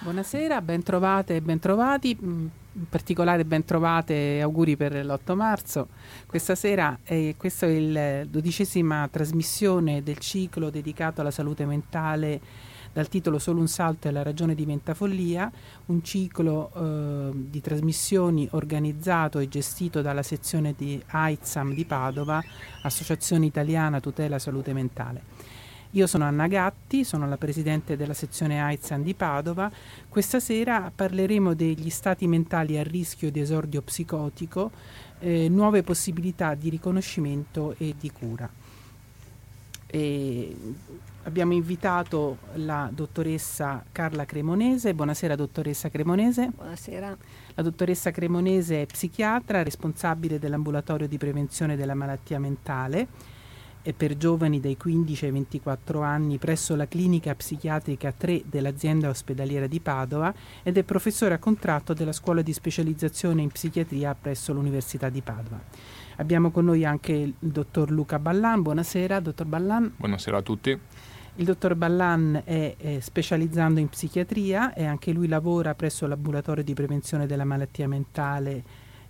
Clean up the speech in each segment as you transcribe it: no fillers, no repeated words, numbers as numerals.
Buonasera, ben trovate e ben trovati, in particolare ben trovate e auguri per l'8 marzo. Questa sera, questa è la 12ª trasmissione del ciclo dedicato alla salute mentale dal titolo Solo un salto e la ragione diventa follia, un ciclo di trasmissioni organizzato e gestito dalla sezione di AIDSAM di Padova, Associazione Italiana Tutela Salute Mentale. Io sono Anna Gatti, sono la presidente della sezione AIDSAM di Padova. Questa sera parleremo degli stati mentali a rischio di esordio psicotico, nuove possibilità di riconoscimento e di cura. Abbiamo invitato la dottoressa Carla Cremonese. Buonasera dottoressa Cremonese. Buonasera. La dottoressa Cremonese è psichiatra, responsabile dell'ambulatorio di prevenzione della malattia mentale e per giovani dai 15 ai 24 anni presso la clinica psichiatrica 3 dell'azienda ospedaliera di Padova ed è professore a contratto della scuola di specializzazione in psichiatria presso l'Università di Padova. Abbiamo con noi anche il dottor Luca Ballan. Buonasera, dottor Ballan. Buonasera a tutti. Il dottor Ballan è specializzando in psichiatria e anche lui lavora presso l'ambulatorio di prevenzione della malattia mentale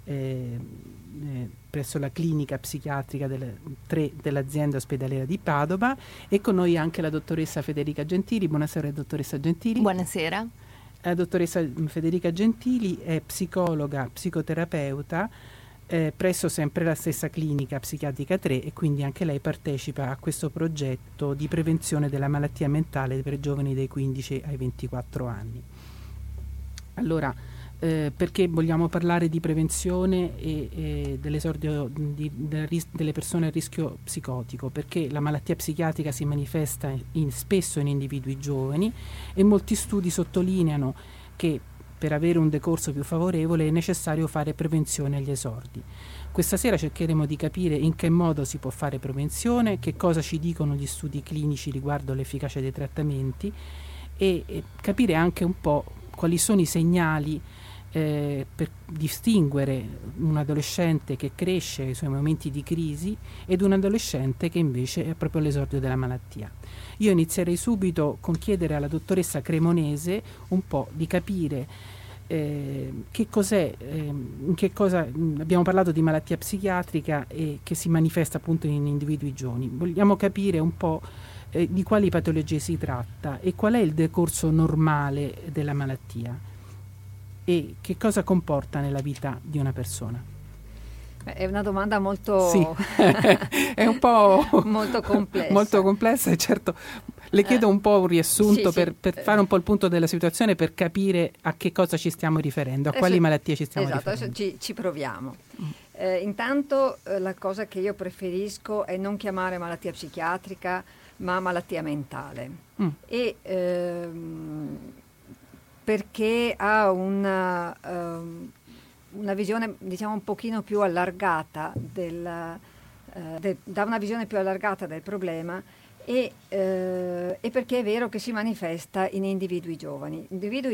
presso la clinica psichiatrica 3 dell'azienda ospedaliera di Padova, e con noi anche la dottoressa Federica Gentili. Buonasera dottoressa Gentili. Buonasera. La dottoressa Federica Gentili è psicologa, psicoterapeuta presso sempre la stessa clinica psichiatrica 3 e quindi anche lei partecipa a questo progetto di prevenzione della malattia mentale per giovani dai 15 ai 24 anni. Allora, perché vogliamo parlare di prevenzione e dell'esordio delle persone a rischio psicotico? Perché la malattia psichiatrica si manifesta spesso in individui giovani e molti studi sottolineano che per avere un decorso più favorevole è necessario fare prevenzione agli esordi. Questa sera cercheremo di capire in che modo si può fare prevenzione, che cosa ci dicono gli studi clinici riguardo l'efficacia dei trattamenti e capire anche un po' quali sono i segnali per distinguere un adolescente che cresce ai suoi momenti di crisi ed un adolescente che invece è proprio all'esordio della malattia. Io inizierei subito con chiedere alla dottoressa Cremonese un po' di capire che cos'è, in che cosa abbiamo parlato di malattia psichiatrica e che si manifesta appunto in individui giovani. Vogliamo capire un po' di quali patologie si tratta e qual è il decorso normale della malattia e che cosa comporta nella vita di una persona. È una domanda molto sì. È un po' molto complessa e certo le chiedo un po' un riassunto per fare un po' il punto della situazione, per capire a che cosa ci stiamo riferendo, a quali malattie ci stiamo riferendo. Adesso ci proviamo. Intanto la cosa che io preferisco è non chiamare malattia psichiatrica ma malattia mentale e perché ha una visione diciamo un pochino più allargata da una visione più allargata del problema e perché è vero che si manifesta in individui giovani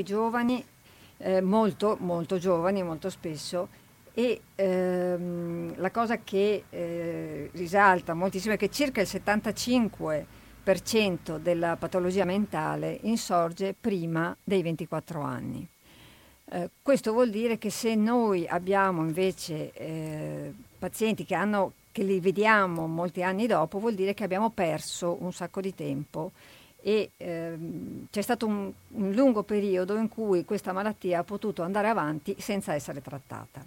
molto molto giovani molto spesso e la cosa che risalta moltissimo è che circa il 75% della patologia mentale insorge prima dei 24 anni. Questo vuol dire che se noi abbiamo invece pazienti che li vediamo molti anni dopo, vuol dire che abbiamo perso un sacco di tempo e c'è stato un lungo periodo in cui questa malattia ha potuto andare avanti senza essere trattata.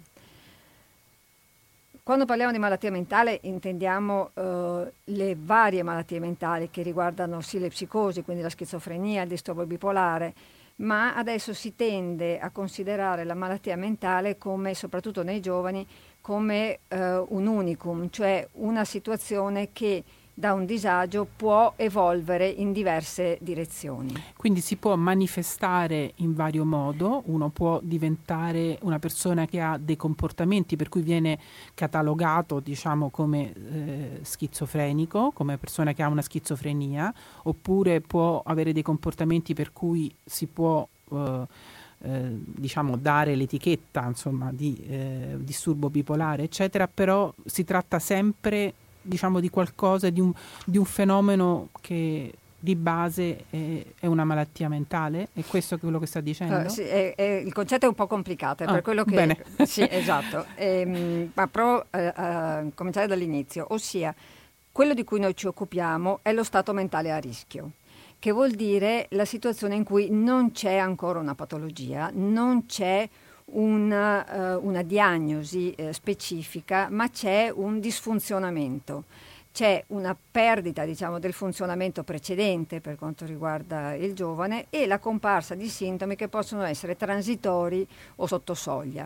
Quando parliamo di malattia mentale intendiamo le varie malattie mentali che riguardano sì le psicosi, quindi la schizofrenia, il disturbo bipolare, ma adesso si tende a considerare la malattia mentale come, soprattutto nei giovani, come un unicum, cioè una situazione che da un disagio può evolvere in diverse direzioni. Quindi si può manifestare in vario modo, uno può diventare una persona che ha dei comportamenti per cui viene catalogato diciamo come schizofrenico, come persona che ha una schizofrenia, oppure può avere dei comportamenti per cui si può diciamo dare l'etichetta insomma di disturbo bipolare eccetera, però si tratta sempre diciamo di qualcosa, di un fenomeno che di base è una malattia mentale? È questo quello che sta dicendo? Sì, il concetto è un po' complicato, è per quello che... Bene. Sì, esatto. Ma provo a cominciare dall'inizio, ossia quello di cui noi ci occupiamo è lo stato mentale a rischio, che vuol dire la situazione in cui non c'è ancora una patologia, non c'è una diagnosi specifica, ma c'è un disfunzionamento. C'è una perdita, diciamo, del funzionamento precedente per quanto riguarda il giovane e la comparsa di sintomi che possono essere transitori o sotto soglia.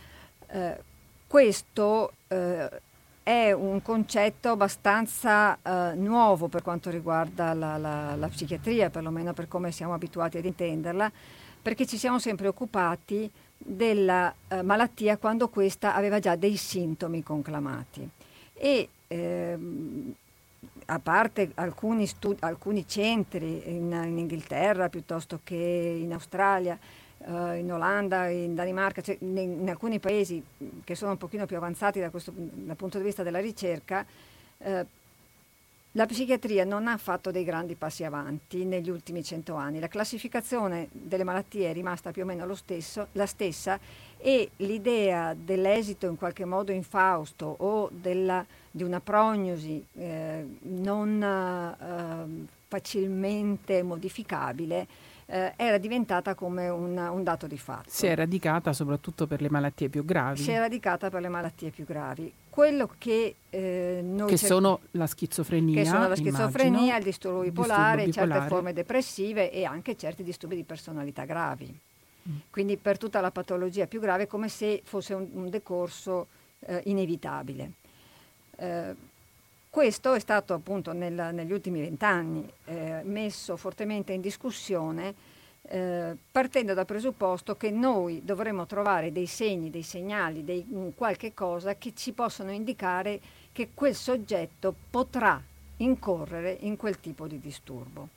Questo è un concetto abbastanza nuovo per quanto riguarda la psichiatria, perlomeno per come siamo abituati ad intenderla, perché ci siamo sempre occupati della malattia quando questa aveva già dei sintomi conclamati. E a parte alcuni centri in Inghilterra piuttosto che in Australia, in Olanda, in Danimarca, cioè in alcuni paesi che sono un pochino più avanzati dal punto di vista della ricerca, la psichiatria non ha fatto dei grandi passi avanti negli ultimi 100 anni. La classificazione delle malattie è rimasta più o meno la stessa e l'idea dell'esito in qualche modo infausto o di una prognosi non facilmente modificabile era diventata come un dato di fatto. Si è radicata soprattutto per le malattie più gravi. Si è radicata per le malattie più gravi. Quello che sono la schizofrenia, immagino, il disturbo bipolare, certe forme depressive e anche certi disturbi di personalità gravi. Quindi per tutta la patologia più grave, come se fosse un decorso inevitabile. Questo è stato appunto negli ultimi 20 anni messo fortemente in discussione, partendo dal presupposto che noi dovremmo trovare dei segni, dei segnali, qualche cosa che ci possono indicare che quel soggetto potrà incorrere in quel tipo di disturbo.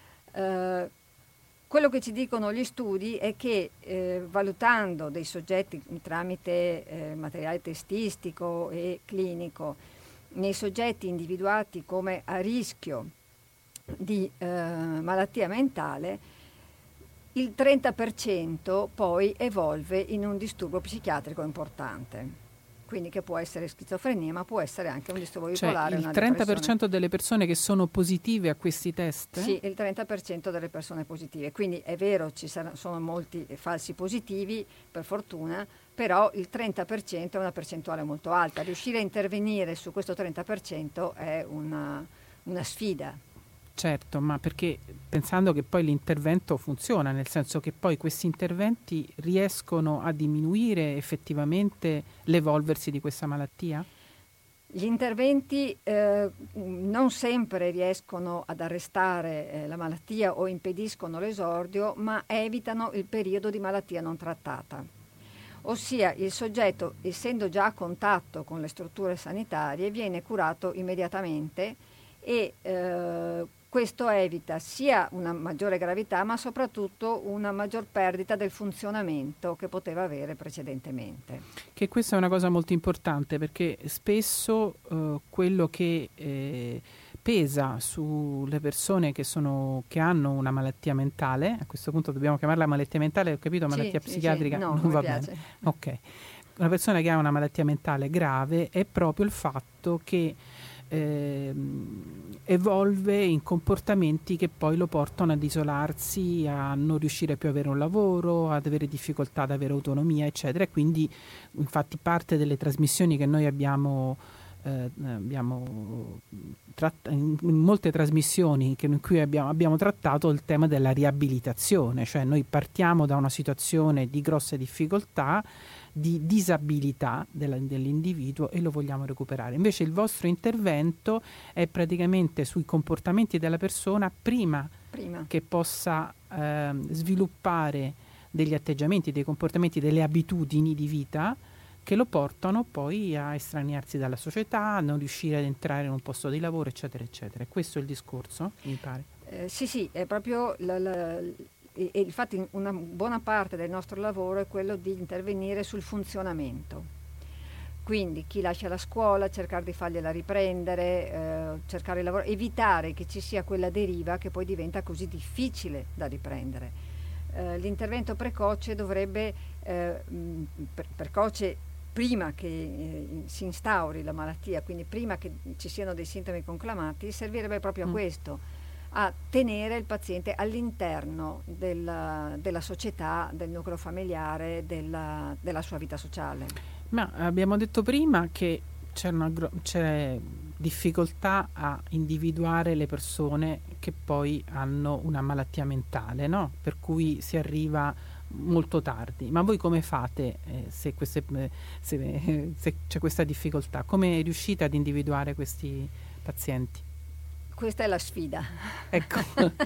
Quello che ci dicono gli studi è che valutando dei soggetti tramite materiale testistico e clinico, nei soggetti individuati come a rischio di malattia mentale, il 30% poi evolve in un disturbo psichiatrico importante. Quindi che può essere schizofrenia, ma può essere anche un disturbo bipolare. Cioè il 30% delle persone che sono positive a questi test? Sì, il 30% delle persone positive. Quindi è vero, sono molti falsi positivi, per fortuna, però il 30% è una percentuale molto alta. Riuscire a intervenire su questo 30% è una sfida. Certo, ma perché pensando che poi l'intervento funziona, nel senso che poi questi interventi riescono a diminuire effettivamente l'evolversi di questa malattia? Gli interventi non sempre riescono ad arrestare la malattia o impediscono l'esordio, ma evitano il periodo di malattia non trattata. Ossia il soggetto, essendo già a contatto con le strutture sanitarie, viene curato immediatamente e questo evita sia una maggiore gravità, ma soprattutto una maggior perdita del funzionamento che poteva avere precedentemente. Che questa è una cosa molto importante, perché spesso quello che pesa sulle persone che hanno una malattia mentale, a questo punto dobbiamo chiamarla malattia mentale, ho capito, malattia psichiatrica sì, no, non va piace. Bene. Ok. Una persona che ha una malattia mentale grave è proprio il fatto che evolve in comportamenti che poi lo portano ad isolarsi, a non riuscire più ad avere un lavoro, ad avere difficoltà ad avere autonomia, eccetera. E quindi infatti parte delle trasmissioni che noi abbiamo in molte trasmissioni in cui abbiamo trattato il tema della riabilitazione, cioè noi partiamo da una situazione di grosse difficoltà, di disabilità dell'individuo e lo vogliamo recuperare. Invece il vostro intervento è praticamente sui comportamenti della persona prima. Che possa sviluppare degli atteggiamenti, dei comportamenti, delle abitudini di vita che lo portano poi a estraniarsi dalla società, a non riuscire ad entrare in un posto di lavoro, eccetera, eccetera. Questo è il discorso, mi pare. Sì, è proprio e infatti una buona parte del nostro lavoro è quello di intervenire sul funzionamento. Quindi chi lascia la scuola, cercare di fargliela riprendere, cercare di lavorare, evitare che ci sia quella deriva che poi diventa così difficile da riprendere. L'intervento precoce dovrebbe, precoce prima che si instauri la malattia, quindi prima che ci siano dei sintomi conclamati, servirebbe proprio a questo, a tenere il paziente all'interno della società, del nucleo familiare, della sua vita sociale. Ma abbiamo detto prima che c'è difficoltà a individuare le persone che poi hanno una malattia mentale, no? Per cui si arriva molto tardi. Ma voi come fate se c'è questa difficoltà? Come riuscite ad individuare questi pazienti? Questa è la sfida. Ecco.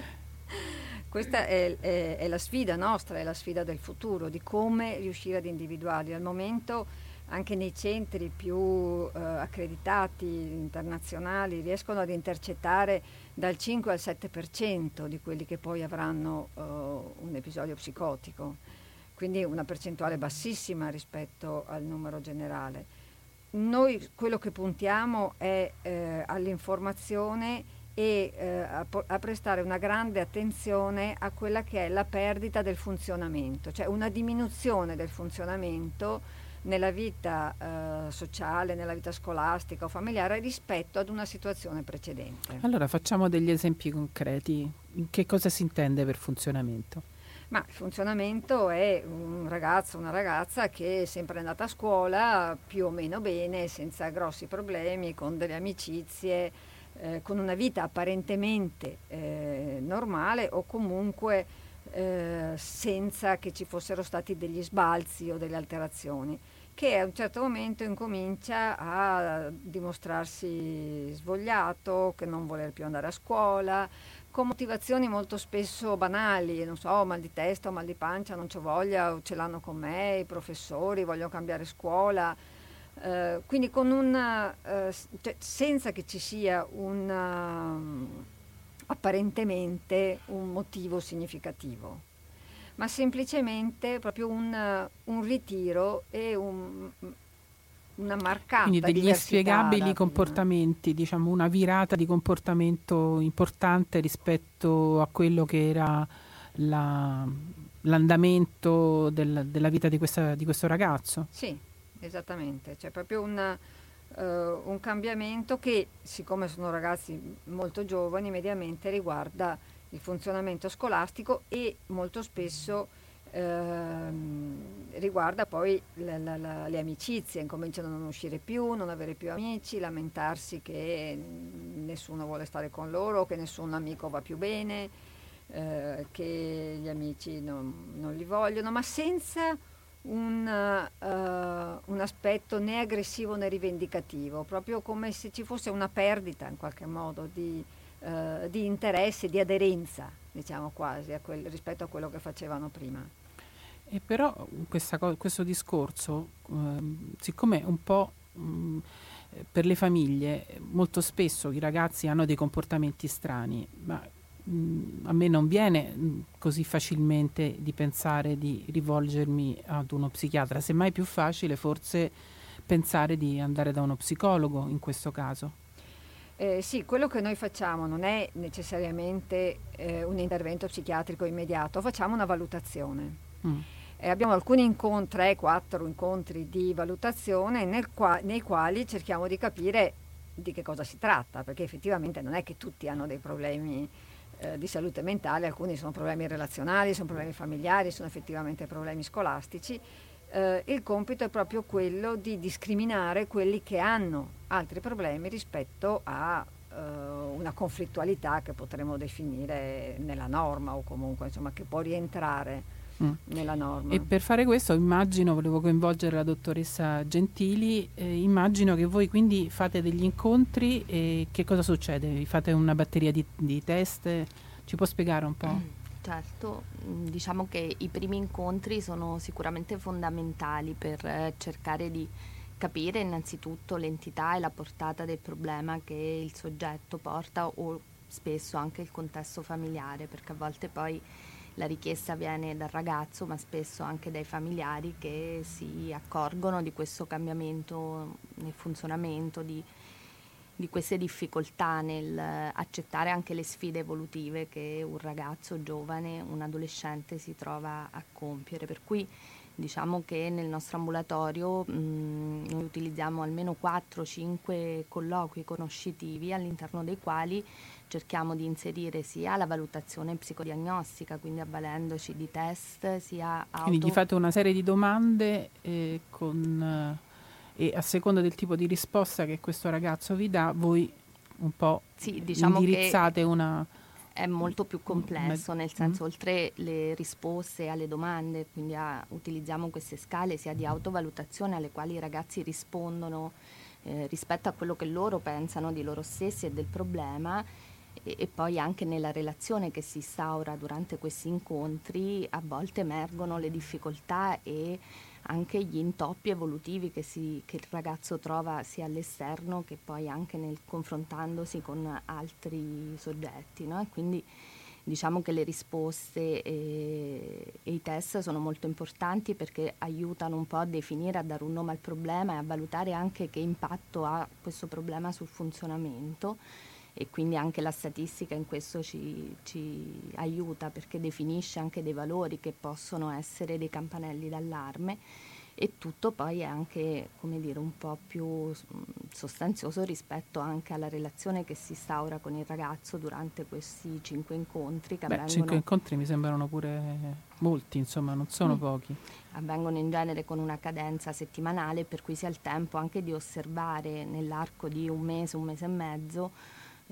Questa è la sfida nostra, è la sfida del futuro, di come riuscire ad individuarli. Al momento anche nei centri più accreditati internazionali riescono ad intercettare dal 5 al 7% di quelli che poi avranno un episodio psicotico, quindi una percentuale bassissima rispetto al numero generale. Noi quello che puntiamo è all'informazione e a prestare una grande attenzione a quella che è la perdita del funzionamento, cioè una diminuzione del funzionamento nella vita sociale, nella vita scolastica o familiare rispetto ad una situazione precedente. Allora facciamo degli esempi concreti. Che cosa si intende per funzionamento? Ma il funzionamento è un ragazzo o una ragazza che è sempre andata a scuola più o meno bene, senza grossi problemi, con delle amicizie, con una vita apparentemente normale o comunque senza che ci fossero stati degli sbalzi o delle alterazioni, che a un certo momento incomincia a dimostrarsi svogliato, che non voler più andare a scuola, con motivazioni molto spesso banali, non so, mal di testa o mal di pancia, non c'ho voglia, o ce l'hanno con me, i professori, voglio cambiare scuola, quindi con cioè, senza che ci sia apparentemente un motivo significativo, ma semplicemente proprio un ritiro e una marcata quindi degli diversità inspiegabili comportamenti, diciamo una virata di comportamento importante rispetto a quello che era l'andamento della vita di questo ragazzo. Sì, esattamente, c'è proprio un cambiamento che, siccome sono ragazzi molto giovani, mediamente riguarda il funzionamento scolastico e molto spesso riguarda poi le amicizie, incominciano a non uscire più, non avere più amici, lamentarsi che nessuno vuole stare con loro, che nessun amico va più bene, che gli amici non li vogliono, ma senza un aspetto né aggressivo né rivendicativo, proprio come se ci fosse una perdita in qualche modo di interesse, di aderenza, diciamo quasi, rispetto a quello che facevano prima. E però questo discorso, siccome un po' per le famiglie, molto spesso i ragazzi hanno dei comportamenti strani, ma a me non viene così facilmente di pensare di rivolgermi ad uno psichiatra, semmai è più facile forse pensare di andare da uno psicologo in questo caso. Sì, quello che noi facciamo non è necessariamente un intervento psichiatrico immediato, facciamo una valutazione. Abbiamo alcuni incontri, 3-4 incontri di valutazione nei quali cerchiamo di capire di che cosa si tratta, perché effettivamente non è che tutti hanno dei problemi di salute mentale, alcuni sono problemi relazionali, sono problemi familiari, sono effettivamente problemi scolastici. Il compito è proprio quello di discriminare quelli che hanno altri problemi rispetto a una conflittualità che potremmo definire nella norma o comunque insomma che può rientrare nella norma. E per fare questo volevo coinvolgere la dottoressa Gentili, immagino che voi quindi fate degli incontri e che cosa succede? Vi fate una batteria di test? Ci può spiegare un po'? Certo, diciamo che i primi incontri sono sicuramente fondamentali per cercare di capire innanzitutto l'entità e la portata del problema che il soggetto porta o spesso anche il contesto familiare, perché a volte poi la richiesta viene dal ragazzo, ma spesso anche dai familiari che si accorgono di questo cambiamento nel funzionamento, di queste difficoltà nel accettare anche le sfide evolutive che un ragazzo giovane, un adolescente si trova a compiere. Per cui diciamo che nel nostro ambulatorio noi utilizziamo almeno 4-5 colloqui conoscitivi all'interno dei quali cerchiamo di inserire sia la valutazione psicodiagnostica, quindi avvalendoci di test, sia Quindi gli fate una serie di domande e a seconda del tipo di risposta che questo ragazzo vi dà, voi un po' diciamo indirizzate una... È molto più complesso, nel senso oltre le risposte alle domande, quindi utilizziamo queste scale sia di autovalutazione alle quali i ragazzi rispondono rispetto a quello che loro pensano di loro stessi e del problema, e poi anche nella relazione che si instaura durante questi incontri a volte emergono le difficoltà e anche gli intoppi evolutivi che il ragazzo trova sia all'esterno che poi anche nel confrontandosi con altri soggetti, no? E quindi diciamo che le risposte e i test sono molto importanti perché aiutano un po' a definire, a dare un nome al problema e a valutare anche che impatto ha questo problema sul funzionamento. E quindi anche la statistica in questo ci aiuta perché definisce anche dei valori che possono essere dei campanelli d'allarme, e tutto poi è anche, come dire, un po' più sostanzioso rispetto anche alla relazione che si instaura con il ragazzo durante questi 5 incontri che avvengono. 5 incontri mi sembrano pure molti, insomma, non sono pochi. Avvengono in genere con una cadenza settimanale, per cui si ha il tempo anche di osservare nell'arco di un mese e mezzo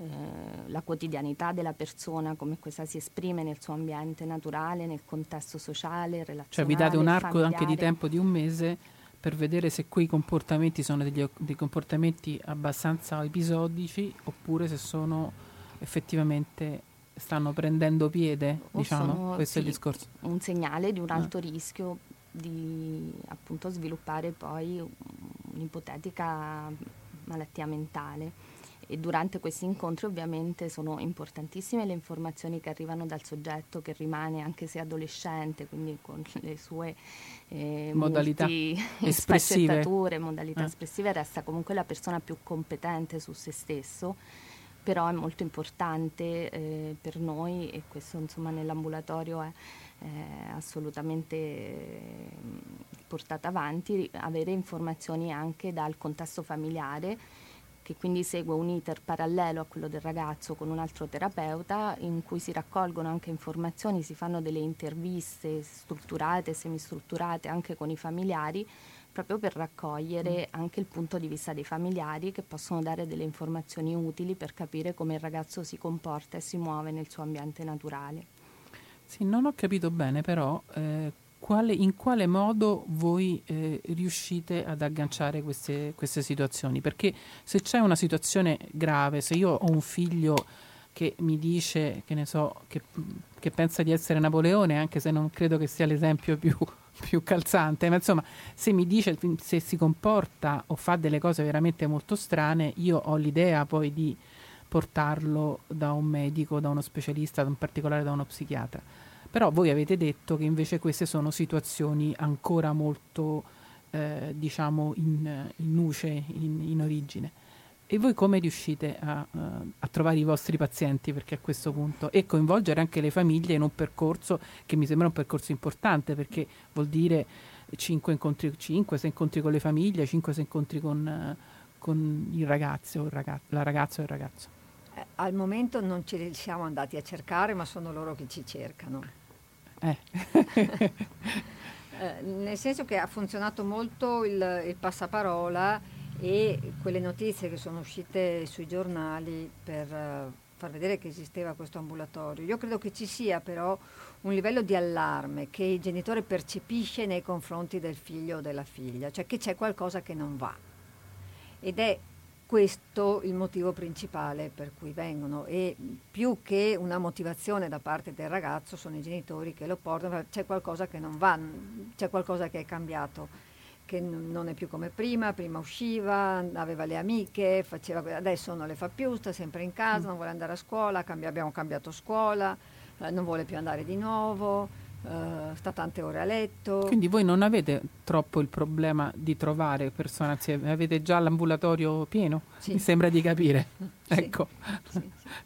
la quotidianità della persona, come questa si esprime nel suo ambiente naturale, nel contesto sociale, relazionale, cioè vi date un arco familiare. anche di tempo di un mese per vedere se quei comportamenti sono dei comportamenti abbastanza episodici oppure se sono effettivamente stanno prendendo piede, diciamo, questo è il discorso. Un segnale di un alto rischio di appunto sviluppare poi un'ipotetica malattia mentale. E durante questi incontri ovviamente sono importantissime le informazioni che arrivano dal soggetto che rimane, anche se adolescente, quindi con le sue modalità espressive, modalità espressive, resta comunque la persona più competente su se stesso. Però è molto importante per noi, e questo insomma nell'ambulatorio è assolutamente portata avanti, avere informazioni anche dal contesto familiare, che quindi segue un iter parallelo a quello del ragazzo con un altro terapeuta, in cui si raccolgono anche informazioni, si fanno delle interviste strutturate, semistrutturate anche con i familiari, proprio per raccogliere anche il punto di vista dei familiari, che possono dare delle informazioni utili per capire come il ragazzo si comporta e si muove nel suo ambiente naturale. Sì, non ho capito bene però in quale modo voi riuscite ad agganciare queste situazioni, perché se c'è una situazione grave, se io ho un figlio che mi dice, che ne so, che pensa di essere Napoleone, anche se non credo che sia l'esempio più calzante, ma insomma se mi dice, se si comporta o fa delle cose veramente molto strane, io ho l'idea poi di portarlo da un medico, da uno specialista, in particolare da uno psichiatra. Però voi avete detto che invece queste sono situazioni ancora molto, diciamo, in nuce, in origine. E voi come riuscite a trovare i vostri pazienti? Perché a questo punto, e coinvolgere anche le famiglie in un percorso che mi sembra un percorso importante, perché vuol dire 6 incontri con le famiglie, 6 incontri con il ragazzo o la ragazza o il ragazzo. Al momento non ce li siamo andati a cercare, ma sono loro che ci cercano. Nel senso che ha funzionato molto il passaparola e quelle notizie che sono uscite sui giornali per far vedere che esisteva questo ambulatorio. Io credo che ci sia però un livello di allarme che il genitore percepisce nei confronti del figlio o della figlia, cioè che c'è qualcosa che non va, ed è questo il motivo principale per cui vengono, e più che una motivazione da parte del ragazzo sono i genitori che lo portano, c'è qualcosa che non va, c'è qualcosa che è cambiato, che non è più come prima usciva, aveva le amiche, adesso non le fa più, sta sempre in casa, non vuole andare a scuola, abbiamo cambiato scuola, non vuole più andare di nuovo, sta tante ore a letto. Quindi voi non avete troppo il problema di trovare persone, anzi avete già l'ambulatorio pieno, Sì. mi sembra di capire. Sì. Ecco. Sì,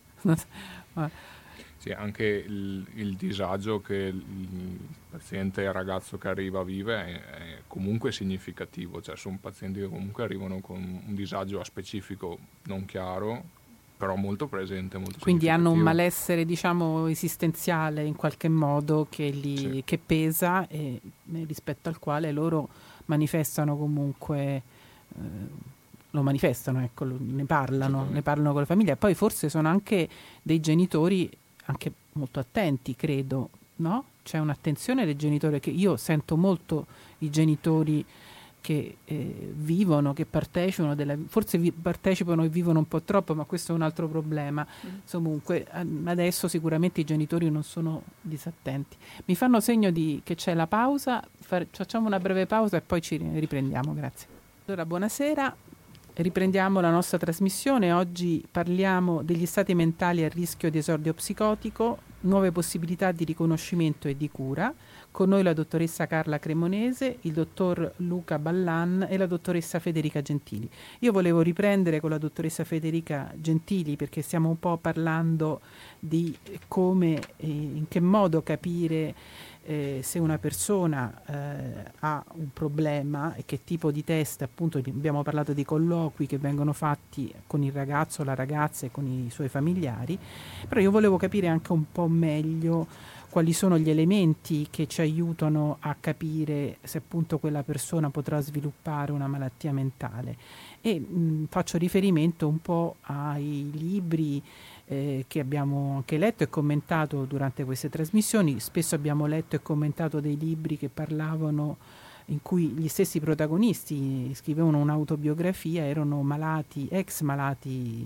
Sì, anche il disagio che il paziente, il ragazzo che arriva vive è comunque significativo, cioè sono pazienti che comunque arrivano con un disagio specifico non chiaro, però molto presente, molto Quindi hanno un significativo. malessere, diciamo, esistenziale in qualche modo Sì. che pesa e rispetto al quale loro manifestano comunque, lo manifestano, ecco, ne parlano con la famiglia. E poi forse sono anche dei genitori anche molto attenti, credo, no? C'è un'attenzione dei genitori, che io sento molto i genitori che vivono, che partecipano, forse partecipano e vivono un po' troppo, ma questo è un altro problema. Comunque adesso sicuramente i genitori non sono disattenti. Mi fanno segno che c'è la pausa, facciamo una breve pausa e poi ci riprendiamo, grazie. Allora, buonasera, riprendiamo la nostra trasmissione. Oggi parliamo degli stati mentali a rischio di esordio psicotico, nuove possibilità di riconoscimento e di cura. Con noi la dottoressa Carla Cremonese, il dottor Luca Ballan e la dottoressa Federica Gentili. Io volevo riprendere con la dottoressa Federica Gentili perché stiamo un po' parlando di come e in che modo capire se una persona ha un problema e che tipo di test, appunto abbiamo parlato di colloqui che vengono fatti con il ragazzo, la ragazza e con i suoi familiari, però io volevo capire anche un po' meglio quali sono gli elementi che ci aiutano a capire se appunto quella persona potrà sviluppare una malattia mentale e faccio riferimento un po' ai libri che abbiamo anche letto e commentato durante queste trasmissioni. Spesso abbiamo letto e commentato dei libri che parlavano, in cui gli stessi protagonisti scrivevano un'autobiografia, erano malati, ex malati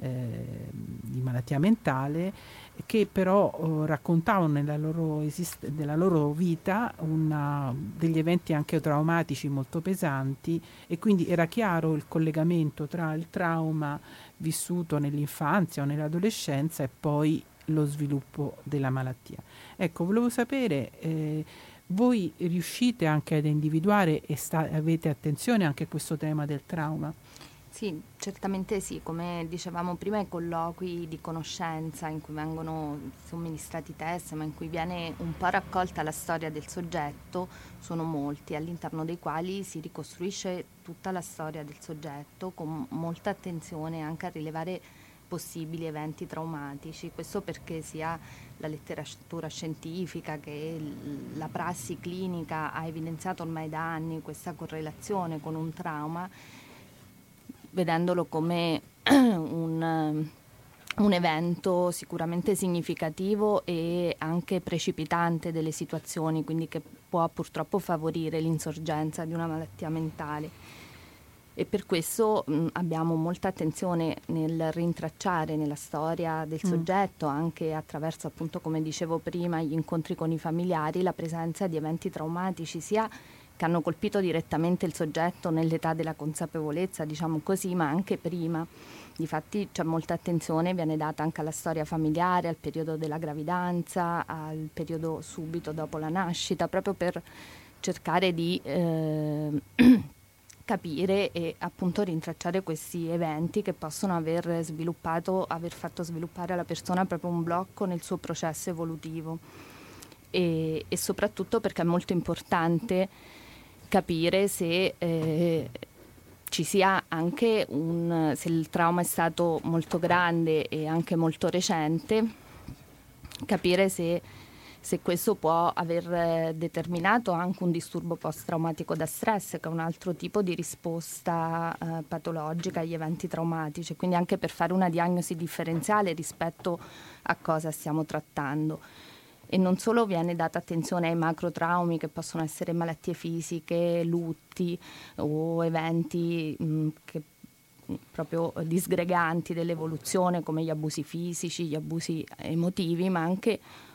di malattia mentale, che però raccontavano nella loro vita degli eventi anche traumatici molto pesanti, e quindi era chiaro il collegamento tra il trauma vissuto nell'infanzia o nell'adolescenza e poi lo sviluppo della malattia. Ecco, volevo sapere, voi riuscite anche ad individuare e avete attenzione anche a questo tema del trauma? Sì, certamente sì, come dicevamo prima, i colloqui di conoscenza in cui vengono somministrati test, ma in cui viene un po' raccolta la storia del soggetto, sono molti, all'interno dei quali si ricostruisce tutta la storia del soggetto con molta attenzione anche a rilevare possibili eventi traumatici. Questo perché sia la letteratura scientifica che la prassi clinica ha evidenziato ormai da anni questa correlazione con un trauma, vedendolo come un evento sicuramente significativo e anche precipitante delle situazioni, quindi che può purtroppo favorire l'insorgenza di una malattia mentale. E per questo abbiamo molta attenzione nel rintracciare nella storia del soggetto, anche attraverso, appunto, come dicevo prima, gli incontri con i familiari, la presenza di eventi traumatici, sia che hanno colpito direttamente il soggetto nell'età della consapevolezza, diciamo così, ma anche prima. Difatti c'è molta attenzione, viene data anche alla storia familiare, al periodo della gravidanza, al periodo subito dopo la nascita, proprio per cercare di capire e appunto rintracciare questi eventi che possono aver fatto sviluppare alla persona proprio un blocco nel suo processo evolutivo. E soprattutto perché è molto importante capire se ci sia anche se il trauma è stato molto grande e anche molto recente, capire se questo può aver determinato anche un disturbo post-traumatico da stress, che è un altro tipo di risposta patologica agli eventi traumatici, quindi anche per fare una diagnosi differenziale rispetto a cosa stiamo trattando. E non solo viene data attenzione ai macrotraumi, che possono essere malattie fisiche, lutti o eventi proprio disgreganti dell'evoluzione, come gli abusi fisici, gli abusi emotivi, ma anche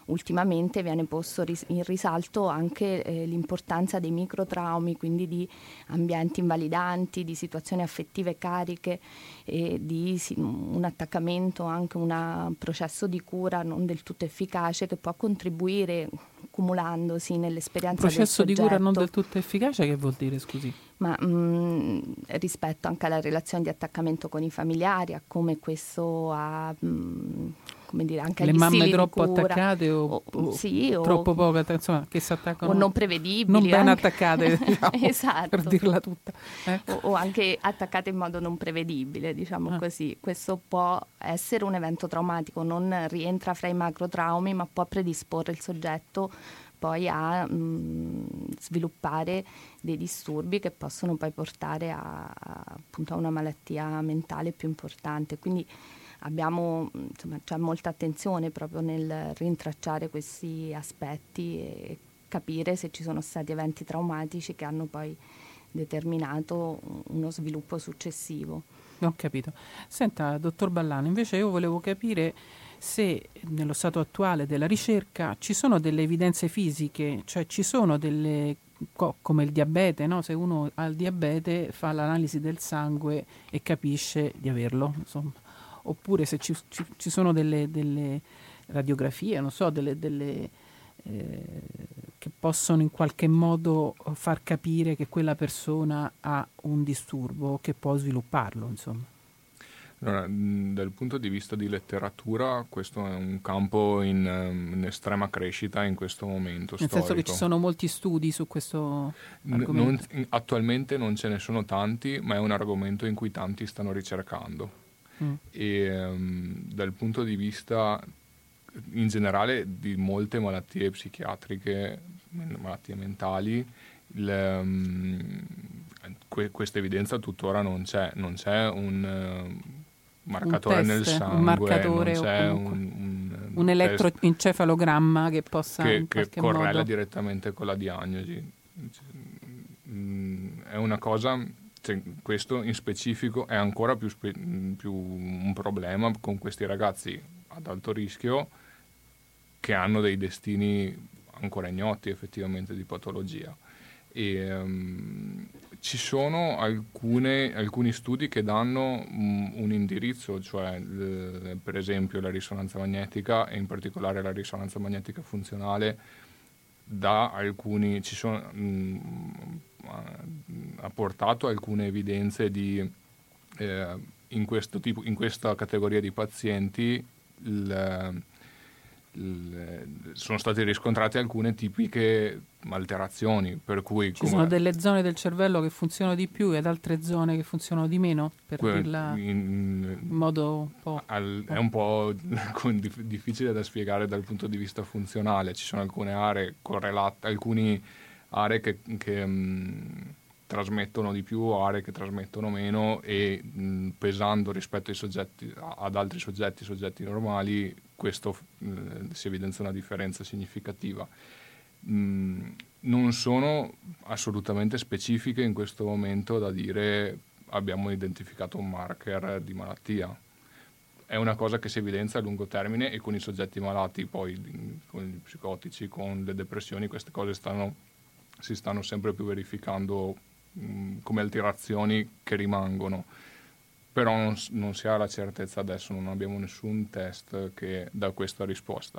ultimamente viene posto in risalto anche l'importanza dei microtraumi, quindi di ambienti invalidanti, di situazioni affettive cariche, e di un attaccamento, anche un processo di cura non del tutto efficace che può contribuire, accumulandosi nell'esperienza del Processo di soggetto. cura non del tutto efficace, che vuol dire, scusi? Ma rispetto anche alla relazione di attaccamento con i familiari, a come questo ha, come dire, anche le agli mamme stili troppo di cura, attaccate o troppo poco, insomma, che si attaccano, o non prevedibili, non ben anche. attaccate, diciamo, esatto. per dirla tutta, o anche attaccate in modo non prevedibile, diciamo così. Questo può essere un evento traumatico, non rientra fra i macrotraumi, ma può predisporre il soggetto poi a sviluppare dei disturbi che possono poi portare appunto a una malattia mentale più importante. Quindi c'è molta attenzione proprio nel rintracciare questi aspetti e capire se ci sono stati eventi traumatici che hanno poi determinato uno sviluppo successivo. Ho capito. Senta, dottor Ballano, invece io volevo capire se nello stato attuale della ricerca ci sono delle evidenze fisiche, cioè ci sono delle, come il diabete, no? Se uno ha il diabete fa l'analisi del sangue e capisce di averlo, insomma. Oppure se ci sono delle radiografie, non so, che possono in qualche modo far capire che quella persona ha un disturbo, che può svilupparlo, insomma. Allora, dal punto di vista di letteratura, questo è un campo in estrema crescita in questo momento Nel senso che ci sono molti studi su questo argomento? Attualmente non ce ne sono tanti, ma è un argomento in cui tanti stanno ricercando. E dal punto di vista in generale di molte malattie psichiatriche, malattie mentali, questa evidenza tuttora non c'è un marcatore un test, nel sangue, un marcatore, non c'è un elettroencefalogramma che possa in qualche correla modo direttamente con la diagnosi. È una cosa, cioè, questo in specifico è ancora più un problema con questi ragazzi ad alto rischio che hanno dei destini ancora ignoti effettivamente di patologia. E ci sono alcuni studi che danno un indirizzo, cioè per esempio la risonanza magnetica, e in particolare la risonanza magnetica funzionale, ha portato alcune evidenze di in questa categoria di pazienti sono state riscontrate alcune tipiche alterazioni, per cui sono delle zone del cervello che funzionano di più ed altre zone che funzionano di meno, per dirla in modo un po'... È un po' difficile da spiegare dal punto di vista funzionale. Ci sono alcune aree correlate, alcune aree che trasmettono di più, aree che trasmettono meno, e pesando rispetto ad altri soggetti normali, questo si evidenzia una differenza significativa. Non sono assolutamente specifiche in questo momento da dire abbiamo identificato un marker di malattia. È una cosa che si evidenzia a lungo termine, e con i soggetti malati, poi con gli psicotici, con le depressioni, queste cose si stanno sempre più verificando come alterazioni che rimangono. Però non si ha la certezza adesso, non abbiamo nessun test che dà questa risposta.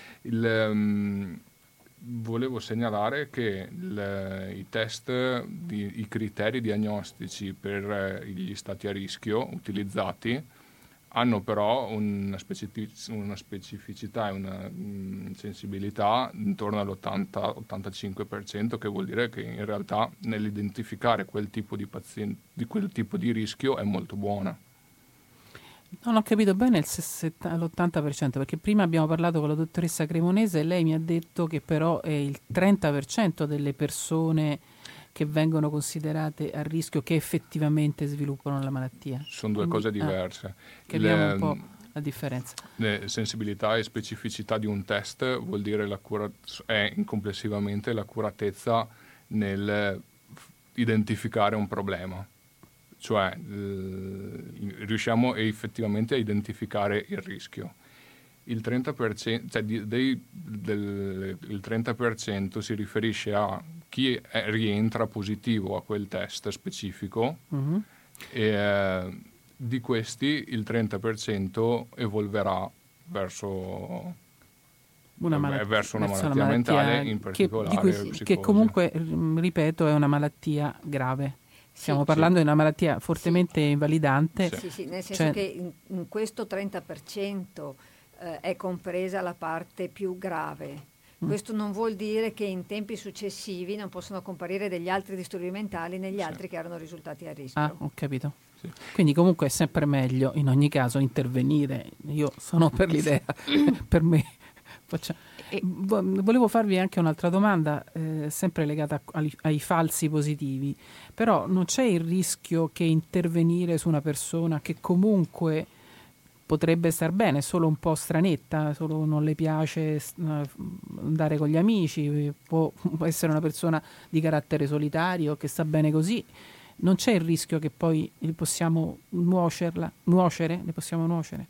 Volevo segnalare che i test, i criteri diagnostici per gli stati a rischio utilizzati hanno però una specificità e una sensibilità intorno all'80-85%, che vuol dire che in realtà nell'identificare quel tipo di pazienti, di quel tipo di rischio, è molto buona. Non ho capito bene l'80%, perché prima abbiamo parlato con la dottoressa Cremonese e lei mi ha detto che però è il 30% delle persone che vengono considerate a rischio che effettivamente sviluppano la malattia. Sono due cose diverse. Capiamo un po' la differenza. Sensibilità e specificità di un test vuol dire è complessivamente l'accuratezza nel identificare un problema. Cioè riusciamo effettivamente a identificare il rischio. il 30%, cioè il 30% si riferisce a chi rientra positivo a quel test specifico, e di questi il 30% evolverà verso una malattia mentale, in particolare che comunque, ripeto, è una malattia grave. Stiamo parlando di una malattia fortemente invalidante. Sì, nel senso che in questo 30% è compresa la parte più grave. Questo non vuol dire che in tempi successivi non possono comparire degli altri disturbi mentali negli altri che erano risultati a rischio. Ah, ho capito. Sì. Quindi comunque è sempre meglio in ogni caso intervenire. Io sono per l'idea, per me. Volevo farvi anche un'altra domanda, sempre legata ai falsi positivi, però non c'è il rischio che intervenire su una persona che comunque potrebbe star bene, solo un po' stranetta, solo non le piace andare con gli amici, può essere una persona di carattere solitario che sta bene così, non c'è il rischio che poi possiamo nuocere? Le possiamo nuocere?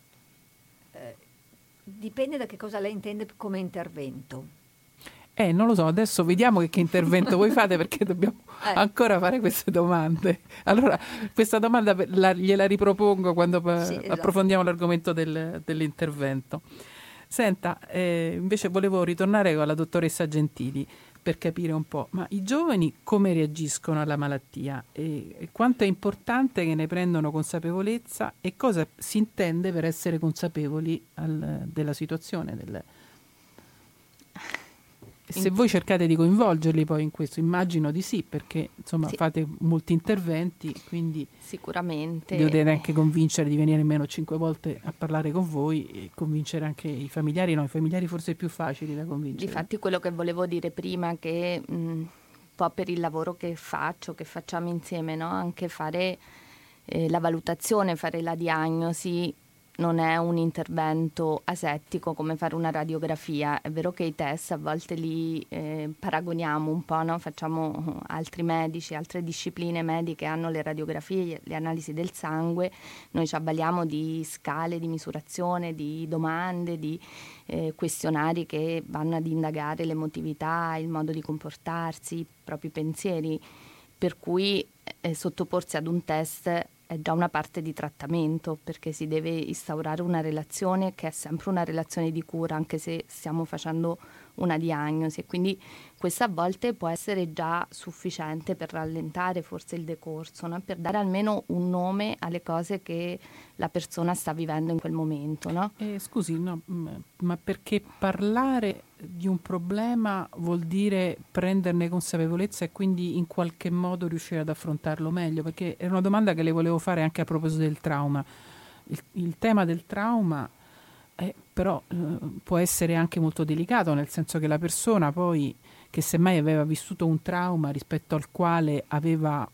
Dipende da che cosa lei intende come intervento. Non lo so, adesso vediamo che intervento voi fate, perché dobbiamo ancora fare queste domande. Allora, questa domanda gliela ripropongo quando approfondiamo l'argomento dell'intervento. Senta, invece volevo ritornare con la dottoressa Gentili per capire un po', ma i giovani come reagiscono alla malattia e quanto è importante che ne prendano consapevolezza e cosa si intende per essere consapevoli della situazione. Se voi cercate di coinvolgerli poi in questo, immagino di sì, perché insomma fate molti interventi, quindi sicuramente li potete anche convincere di venire almeno 5 volte a parlare con voi e convincere anche i familiari. No, i familiari forse è più facili da convincere. Difatti quello che volevo dire prima, che un po' per il lavoro che facciamo insieme, no? Anche fare la valutazione, fare la diagnosi non è un intervento asettico come fare una radiografia. È vero che i test a volte li paragoniamo un po', no? Facciamo altri medici, altre discipline mediche hanno le radiografie, le analisi del sangue, noi ci avvaliamo di scale di misurazione, di domande, di questionari che vanno ad indagare l'emotività, il modo di comportarsi, i propri pensieri, per cui sottoporsi ad un test è già una parte di trattamento, perché si deve instaurare una relazione che è sempre una relazione di cura, anche se stiamo facendo una diagnosi, e quindi questo a volte può essere già sufficiente per rallentare forse il decorso, no? Per dare almeno un nome alle cose che la persona sta vivendo in quel momento, no? Scusi, no, ma perché parlare di un problema vuol dire prenderne consapevolezza e quindi in qualche modo riuscire ad affrontarlo meglio? Perché è una domanda che le volevo fare anche a proposito del trauma. Il tema del trauma però può essere anche molto delicato, nel senso che la persona poi che semmai aveva vissuto un trauma rispetto al quale aveva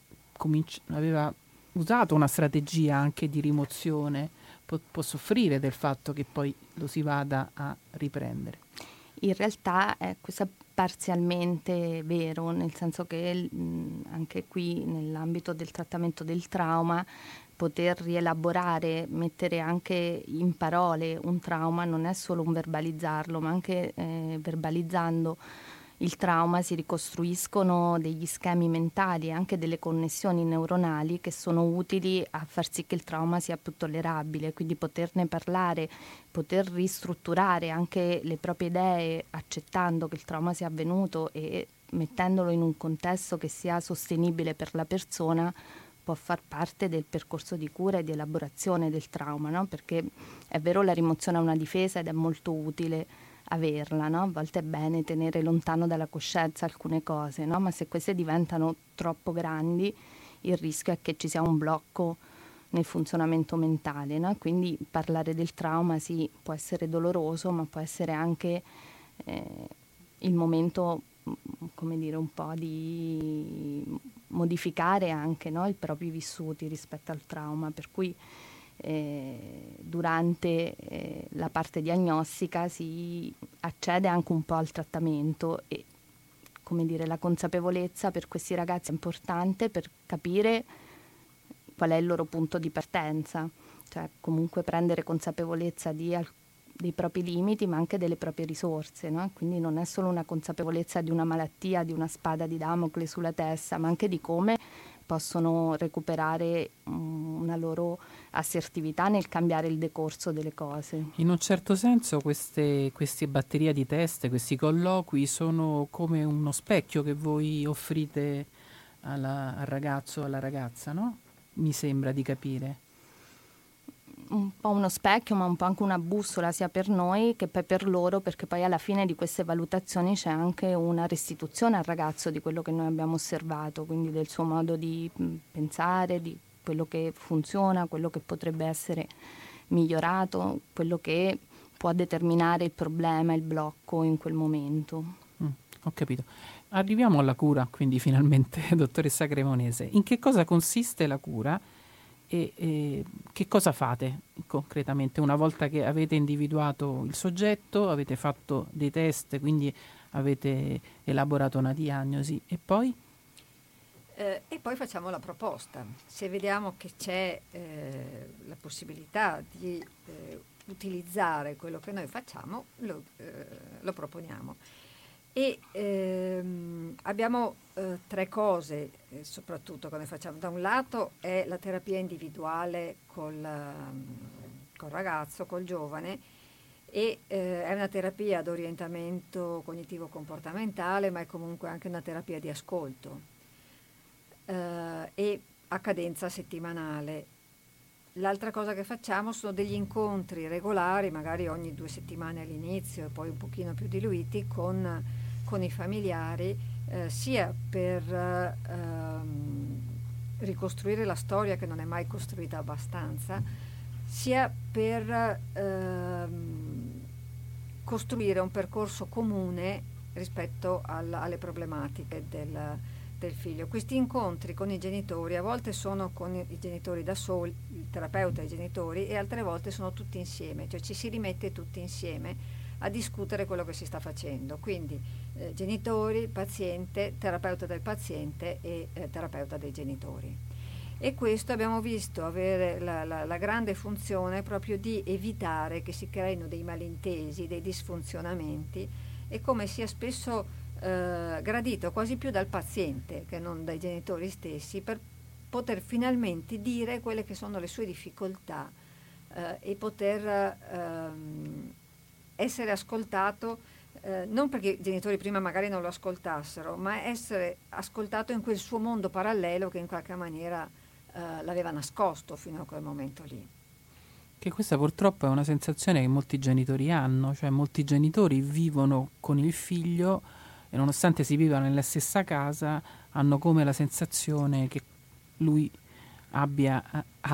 usato una strategia anche di rimozione può soffrire del fatto che poi lo si vada a riprendere. In realtà questo è parzialmente vero, nel senso che anche qui nell'ambito del trattamento del trauma poter rielaborare, mettere anche in parole un trauma non è solo un verbalizzarlo, ma anche verbalizzando il trauma si ricostruiscono degli schemi mentali e anche delle connessioni neuronali che sono utili a far sì che il trauma sia più tollerabile, quindi poterne parlare, poter ristrutturare anche le proprie idee accettando che il trauma sia avvenuto e mettendolo in un contesto che sia sostenibile per la persona può far parte del percorso di cura e di elaborazione del trauma, no? Perché è vero, la rimozione è una difesa ed è molto utile averla, no? A volte è bene tenere lontano dalla coscienza alcune cose, no? Ma se queste diventano troppo grandi il rischio è che ci sia un blocco nel funzionamento mentale, no? Quindi parlare del trauma sì, può essere doloroso, ma può essere anche il momento, come dire, un po' di modificare anche, no, i propri vissuti rispetto al trauma, per cui durante la parte diagnostica si accede anche un po' al trattamento e, come dire, la consapevolezza per questi ragazzi è importante per capire qual è il loro punto di partenza, cioè comunque prendere consapevolezza di dei propri limiti, ma anche delle proprie risorse, no? Quindi non è solo una consapevolezza di una malattia, di una spada di Damocle sulla testa, ma anche di come possono recuperare una loro assertività nel cambiare il decorso delle cose. In un certo senso queste batterie di teste, questi colloqui sono come uno specchio che voi offrite al ragazzo o alla ragazza, no? Mi sembra di capire. Un po' uno specchio, ma un po' anche una bussola sia per noi che poi per loro, perché poi alla fine di queste valutazioni c'è anche una restituzione al ragazzo di quello che noi abbiamo osservato, quindi del suo modo di pensare, di quello che funziona, quello che potrebbe essere migliorato, quello che può determinare il problema, il blocco in quel momento. Ho capito. Arriviamo alla cura, quindi finalmente, dottoressa Cremonese. In che cosa consiste la cura e che cosa fate concretamente una volta che avete individuato il soggetto, avete fatto dei test, quindi avete elaborato una diagnosi e poi? E poi facciamo la proposta. Se vediamo che c'è la possibilità di utilizzare quello che noi facciamo, lo proponiamo. E abbiamo tre cose soprattutto che noi facciamo. Da un lato è la terapia individuale col ragazzo, col giovane, e è una terapia ad orientamento cognitivo-comportamentale, ma è comunque anche una terapia di ascolto e a cadenza settimanale. L'altra cosa che facciamo sono degli incontri regolari, magari ogni 2 settimane all'inizio e poi un pochino più diluiti con i familiari, sia per ricostruire la storia che non è mai costruita abbastanza, sia per costruire un percorso comune rispetto alle problematiche del figlio. Questi incontri con i genitori a volte sono con i genitori da soli, il terapeuta e i genitori, e altre volte sono tutti insieme, cioè ci si rimette tutti insieme a discutere quello che si sta facendo, quindi genitori, paziente, terapeuta del paziente e terapeuta dei genitori. E questo abbiamo visto avere la grande funzione proprio di evitare che si creino dei malintesi, dei disfunzionamenti, e come sia spesso gradito quasi più dal paziente che non dai genitori stessi, per poter finalmente dire quelle che sono le sue difficoltà e poter essere ascoltato, non perché i genitori prima magari non lo ascoltassero, ma essere ascoltato in quel suo mondo parallelo che in qualche maniera l'aveva nascosto fino a quel momento lì. Che questa purtroppo è una sensazione che molti genitori hanno, cioè molti genitori vivono con il figlio e nonostante si viva nella stessa casa hanno come la sensazione che lui abbia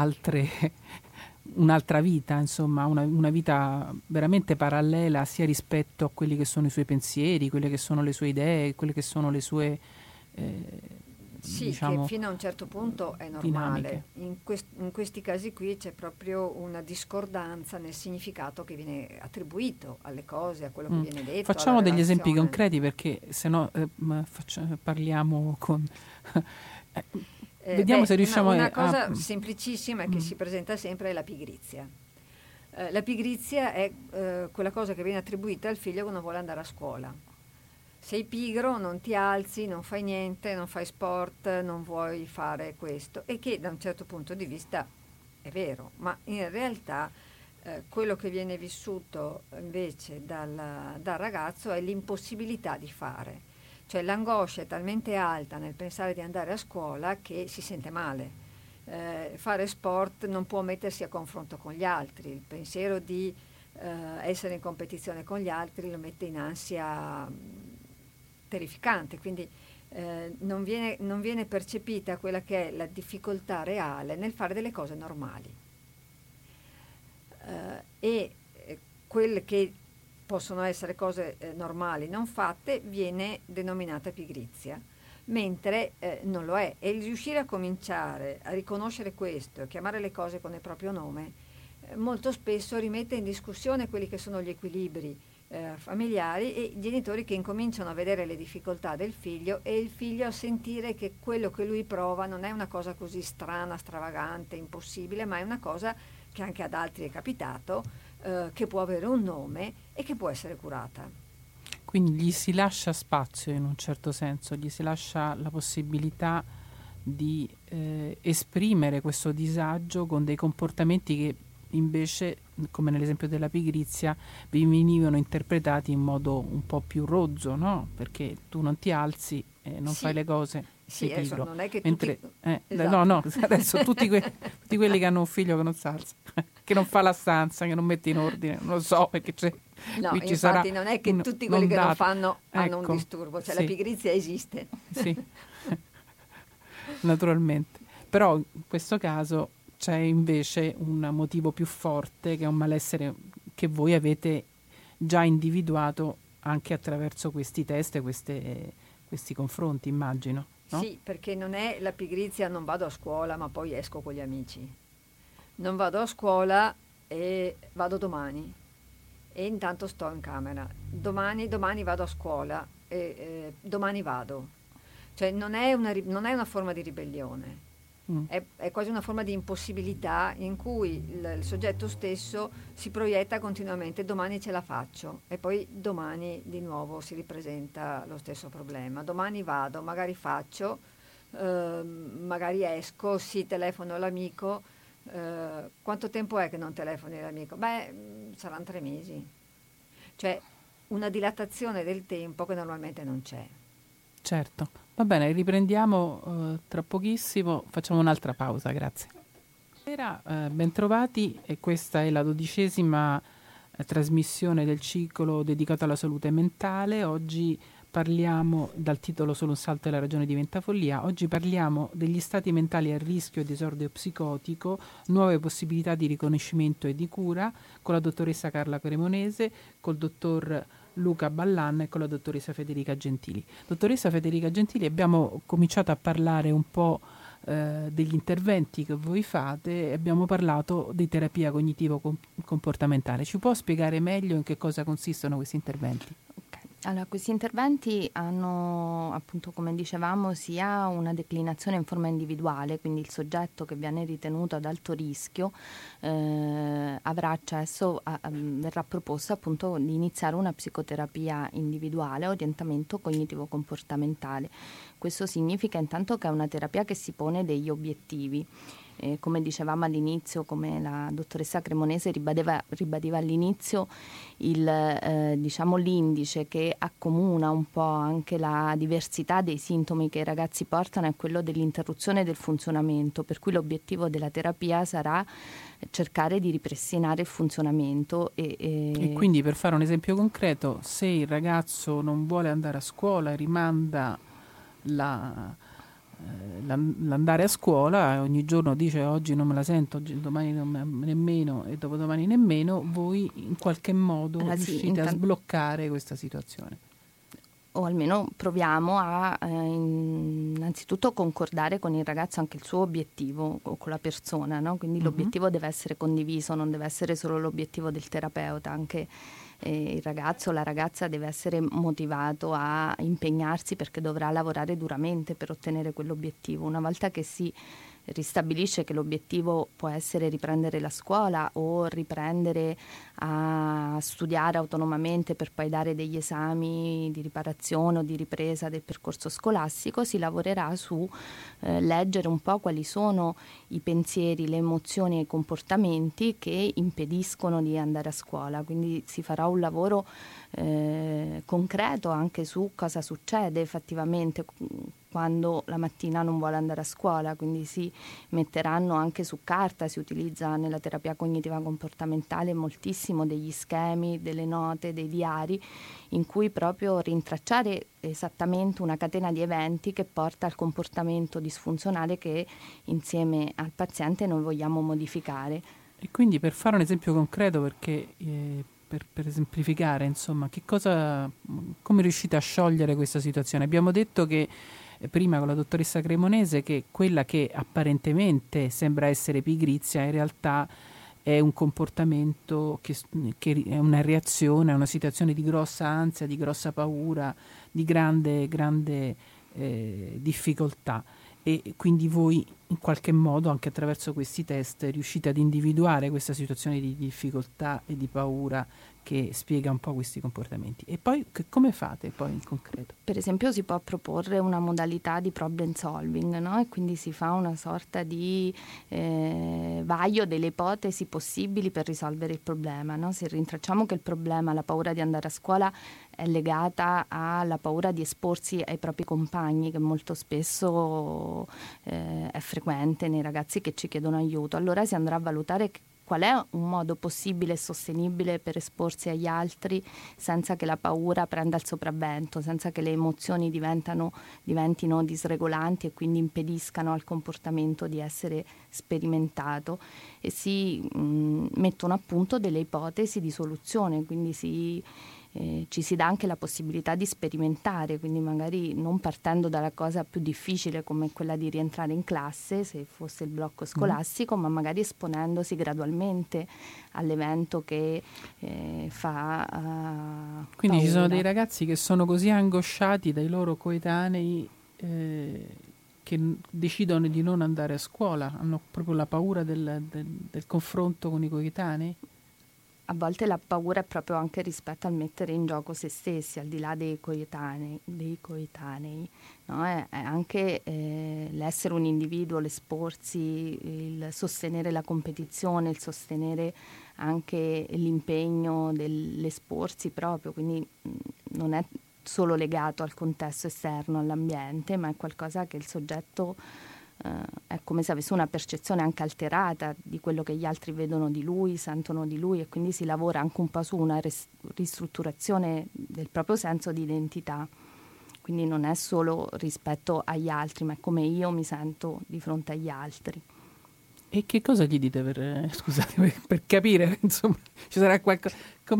un'altra vita, insomma una vita veramente parallela sia rispetto a quelli che sono i suoi pensieri, quelle che sono le sue idee, quelle che sono le sue sì, diciamo, che fino a un certo punto è normale. In questi casi qui c'è proprio una discordanza nel significato che viene attribuito alle cose, a quello che viene detto. Facciamo degli esempi concreti, perché se no parliamo con vediamo se riusciamo una cosa semplicissima che si presenta sempre è la pigrizia. La pigrizia è quella cosa che viene attribuita al figlio quando vuole andare a scuola. Sei pigro, non ti alzi, non fai niente, non fai sport, non vuoi fare questo, e che da un certo punto di vista è vero, ma in realtà quello che viene vissuto invece dal ragazzo è l'impossibilità di fare, cioè l'angoscia è talmente alta nel pensare di andare a scuola che si sente male. Fare sport non può mettersi a confronto con gli altri, il pensiero di essere in competizione con gli altri lo mette in ansia terrificante, quindi non viene percepita quella che è la difficoltà reale nel fare delle cose normali, e quelle che possono essere cose normali non fatte viene denominata pigrizia, mentre non lo è, e il riuscire a cominciare a riconoscere questo, a chiamare le cose con il proprio nome, molto spesso rimette in discussione quelli che sono gli equilibri familiari, e i genitori che incominciano a vedere le difficoltà del figlio e il figlio a sentire che quello che lui prova non è una cosa così strana, stravagante, impossibile, ma è una cosa che anche ad altri è capitato, che può avere un nome e che può essere curata. Quindi gli si lascia spazio in un certo senso, gli si lascia la possibilità di esprimere questo disagio con dei comportamenti che invece, come nell'esempio della pigrizia, vi venivano interpretati in modo un po' più rozzo, no? Perché tu non ti alzi e non fai le cose, sei pigro. Non è che mentre, esatto. no, adesso tutti quelli che hanno un figlio che non si alza, che non fa la stanza, che non mette in ordine, non lo so, perché c'è. No, qui ci infatti sarà non è che tutti quelli che non fanno hanno ecco, un disturbo, cioè sì. la pigrizia esiste. Sì, naturalmente. Però in questo caso c'è invece un motivo più forte, che è un malessere che voi avete già individuato anche attraverso questi test e questi confronti, immagino. No? Sì, perché non è la pigrizia, non vado a scuola ma poi esco con gli amici. Non vado a scuola e vado domani e intanto sto in camera. Domani vado a scuola e domani vado. Cioè non è una forma di ribellione. È quasi una forma di impossibilità in cui il soggetto stesso si proietta continuamente: domani ce la faccio, e poi domani di nuovo si ripresenta lo stesso problema. Domani vado, magari faccio, magari esco, sì, telefono all'amico. Quanto tempo è che non telefoni all'amico? Saranno 3 mesi. Cioè una dilatazione del tempo che normalmente non c'è. Certo. Va bene, riprendiamo tra pochissimo, facciamo un'altra pausa, grazie. Bentrovati, e questa è la 12ª trasmissione del ciclo dedicato alla salute mentale. Oggi parliamo, dal titolo Solo un salto e la ragione diventa follia, oggi parliamo degli stati mentali a rischio e disordine psicotico, nuove possibilità di riconoscimento e di cura, con la dottoressa Carla Cremonese, col dottor Luca Ballan e con la dottoressa Federica Gentili. Dottoressa Federica Gentili, abbiamo cominciato a parlare un po' degli interventi che voi fate e abbiamo parlato di terapia cognitivo-comportamentale. Ci può spiegare meglio in che cosa consistono questi interventi? Allora, questi interventi hanno, appunto, come dicevamo, sia una declinazione in forma individuale, quindi il soggetto che viene ritenuto ad alto rischio avrà accesso verrà proposto appunto di iniziare una psicoterapia individuale, orientamento cognitivo-comportamentale. Questo significa intanto che è una terapia che si pone degli obiettivi. Come dicevamo all'inizio, come la dottoressa Cremonese ribadiva all'inizio, l'indice che accomuna un po' anche la diversità dei sintomi che i ragazzi portano è quello dell'interruzione del funzionamento, per cui l'obiettivo della terapia sarà cercare di ripristinare il funzionamento. E quindi, per fare un esempio concreto, se il ragazzo non vuole andare a scuola e rimanda l'andare a scuola, ogni giorno dice oggi non me la sento, domani nemmeno e dopodomani nemmeno, voi in qualche modo riuscite a sbloccare questa situazione, o almeno proviamo a innanzitutto concordare con il ragazzo anche il suo obiettivo o con la persona, no? Quindi l'obiettivo deve essere condiviso, non deve essere solo l'obiettivo del terapeuta, anche il ragazzo o la ragazza deve essere motivato a impegnarsi, perché dovrà lavorare duramente per ottenere quell'obiettivo. Una volta che si ristabilisce che l'obiettivo può essere riprendere la scuola o riprendere a studiare autonomamente per poi dare degli esami di riparazione o di ripresa del percorso scolastico, si lavorerà su leggere un po' quali sono i pensieri, le emozioni e i comportamenti che impediscono di andare a scuola. Quindi si farà un lavoro concreto anche su cosa succede effettivamente quando la mattina non vuole andare a scuola, quindi si metteranno anche su carta, si utilizza nella terapia cognitiva comportamentale moltissimo degli schemi, delle note, dei diari, in cui proprio rintracciare esattamente una catena di eventi che porta al comportamento disfunzionale che insieme al paziente noi vogliamo modificare. E quindi, per fare un esempio concreto, perché per esemplificare, insomma, come riuscite a sciogliere questa situazione? Abbiamo detto che prima con la dottoressa Cremonese che quella che apparentemente sembra essere pigrizia in realtà è un comportamento che è una reazione a una situazione di grossa ansia, di grossa paura, di grande difficoltà, e quindi voi in qualche modo, anche attraverso questi test, riuscite ad individuare questa situazione di difficoltà e di paura che spiega un po' questi comportamenti. E poi come fate poi in concreto? Per esempio si può proporre una modalità di problem solving, no? E quindi si fa una sorta di vaglio delle ipotesi possibili per risolvere il problema, no? Se rintracciamo che il problema, la paura di andare a scuola, è legata alla paura di esporsi ai propri compagni, che molto spesso è frequente nei ragazzi che ci chiedono aiuto, allora si andrà a valutare qual è un modo possibile e sostenibile per esporsi agli altri senza che la paura prenda il sopravvento, senza che le emozioni diventino disregolanti e quindi impediscano al comportamento di essere sperimentato, e si mettono a punto delle ipotesi di soluzione, quindi ci si dà anche la possibilità di sperimentare, quindi magari non partendo dalla cosa più difficile come quella di rientrare in classe se fosse il blocco scolastico, ma magari esponendosi gradualmente all'evento che fa quindi paura. Ci sono dei ragazzi che sono così angosciati dai loro coetanei che decidono di non andare a scuola, hanno proprio la paura del confronto con i coetanei? A volte la paura è proprio anche rispetto al mettere in gioco se stessi, al di là dei coetanei, no? È anche l'essere un individuo, l'esporsi, il sostenere la competizione, il sostenere anche l'impegno dell'esporsi proprio, quindi non è solo legato al contesto esterno, all'ambiente, ma è qualcosa che il soggetto è come se avesse una percezione anche alterata di quello che gli altri vedono di lui, sentono di lui, e quindi si lavora anche un po' su una ristrutturazione del proprio senso di identità. Quindi non è solo rispetto agli altri, ma è come io mi sento di fronte agli altri. E che cosa gli dite per capire, insomma, ci sarà qualcosa,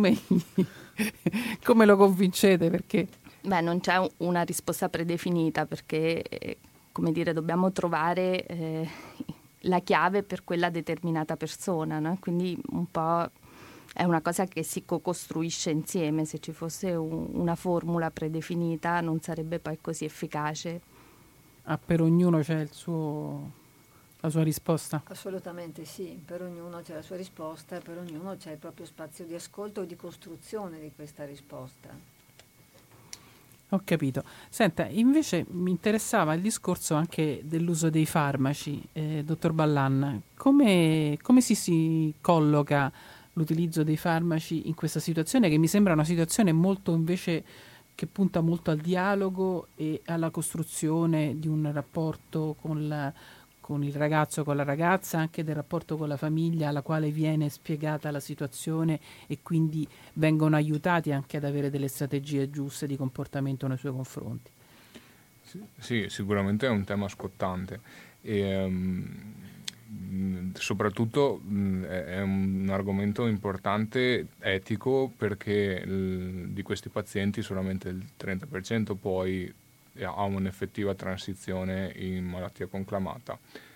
come lo convincete? Perché? Beh, non c'è una risposta predefinita, perché come dire, dobbiamo trovare la chiave per quella determinata persona, no? Quindi un po' è una cosa che si co-costruisce insieme. Se ci fosse una formula predefinita non sarebbe poi così efficace. Per ognuno c'è la sua risposta? Assolutamente sì, per ognuno c'è la sua risposta e per ognuno c'è il proprio spazio di ascolto e di costruzione di questa risposta. Ho capito. Senta, invece mi interessava il discorso anche dell'uso dei farmaci, dottor Ballan. Come si colloca l'utilizzo dei farmaci in questa situazione, che mi sembra una situazione molto invece che punta molto al dialogo e alla costruzione di un rapporto con il ragazzo, con la ragazza, anche del rapporto con la famiglia alla quale viene spiegata la situazione e quindi vengono aiutati anche ad avere delle strategie giuste di comportamento nei suoi confronti. Sì, sicuramente è un tema scottante e soprattutto è un argomento importante etico, perché di questi pazienti solamente il 30% poi ha un'effettiva transizione in malattia conclamata.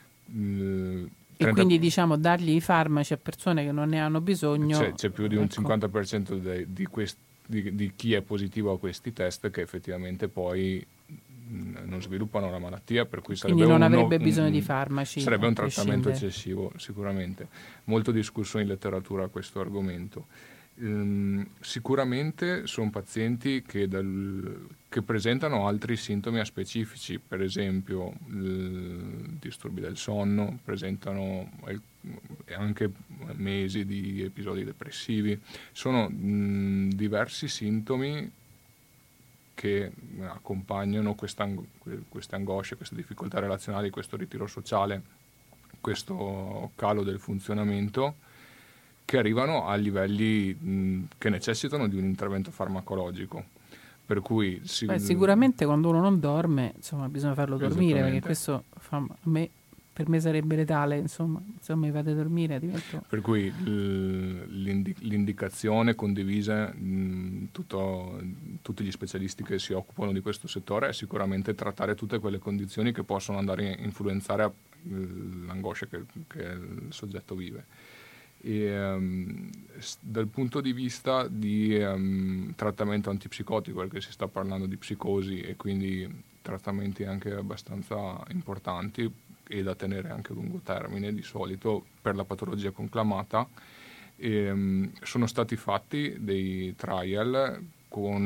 E quindi diciamo dargli i farmaci a persone che non ne hanno bisogno. C'è più di un 50% di chi è positivo a questi test che effettivamente poi non sviluppano la malattia, per cui quindi non avrebbe bisogno di farmaci. Sarebbe un trattamento eccessivo, sicuramente. Molto discusso in letteratura questo argomento. Sicuramente sono pazienti che presentano altri sintomi aspecifici, per esempio disturbi del sonno, presentano anche mesi di episodi depressivi. Sono diversi sintomi che accompagnano queste angosce, queste difficoltà relazionali, questo ritiro sociale, questo calo del funzionamento, che arrivano a livelli che necessitano di un intervento farmacologico. Per cui sicuramente quando uno non dorme, insomma, bisogna farlo dormire, perché questo per me sarebbe letale, insomma, se mi fate dormire divento... Per cui l'indicazione condivisa tutti gli specialisti che si occupano di questo settore è sicuramente trattare tutte quelle condizioni che possono andare a influenzare l'angoscia che il soggetto vive. E, dal punto di vista di trattamento antipsicotico, perché si sta parlando di psicosi e quindi trattamenti anche abbastanza importanti, e da tenere anche a lungo termine di solito per la patologia conclamata. Sono stati fatti dei trial con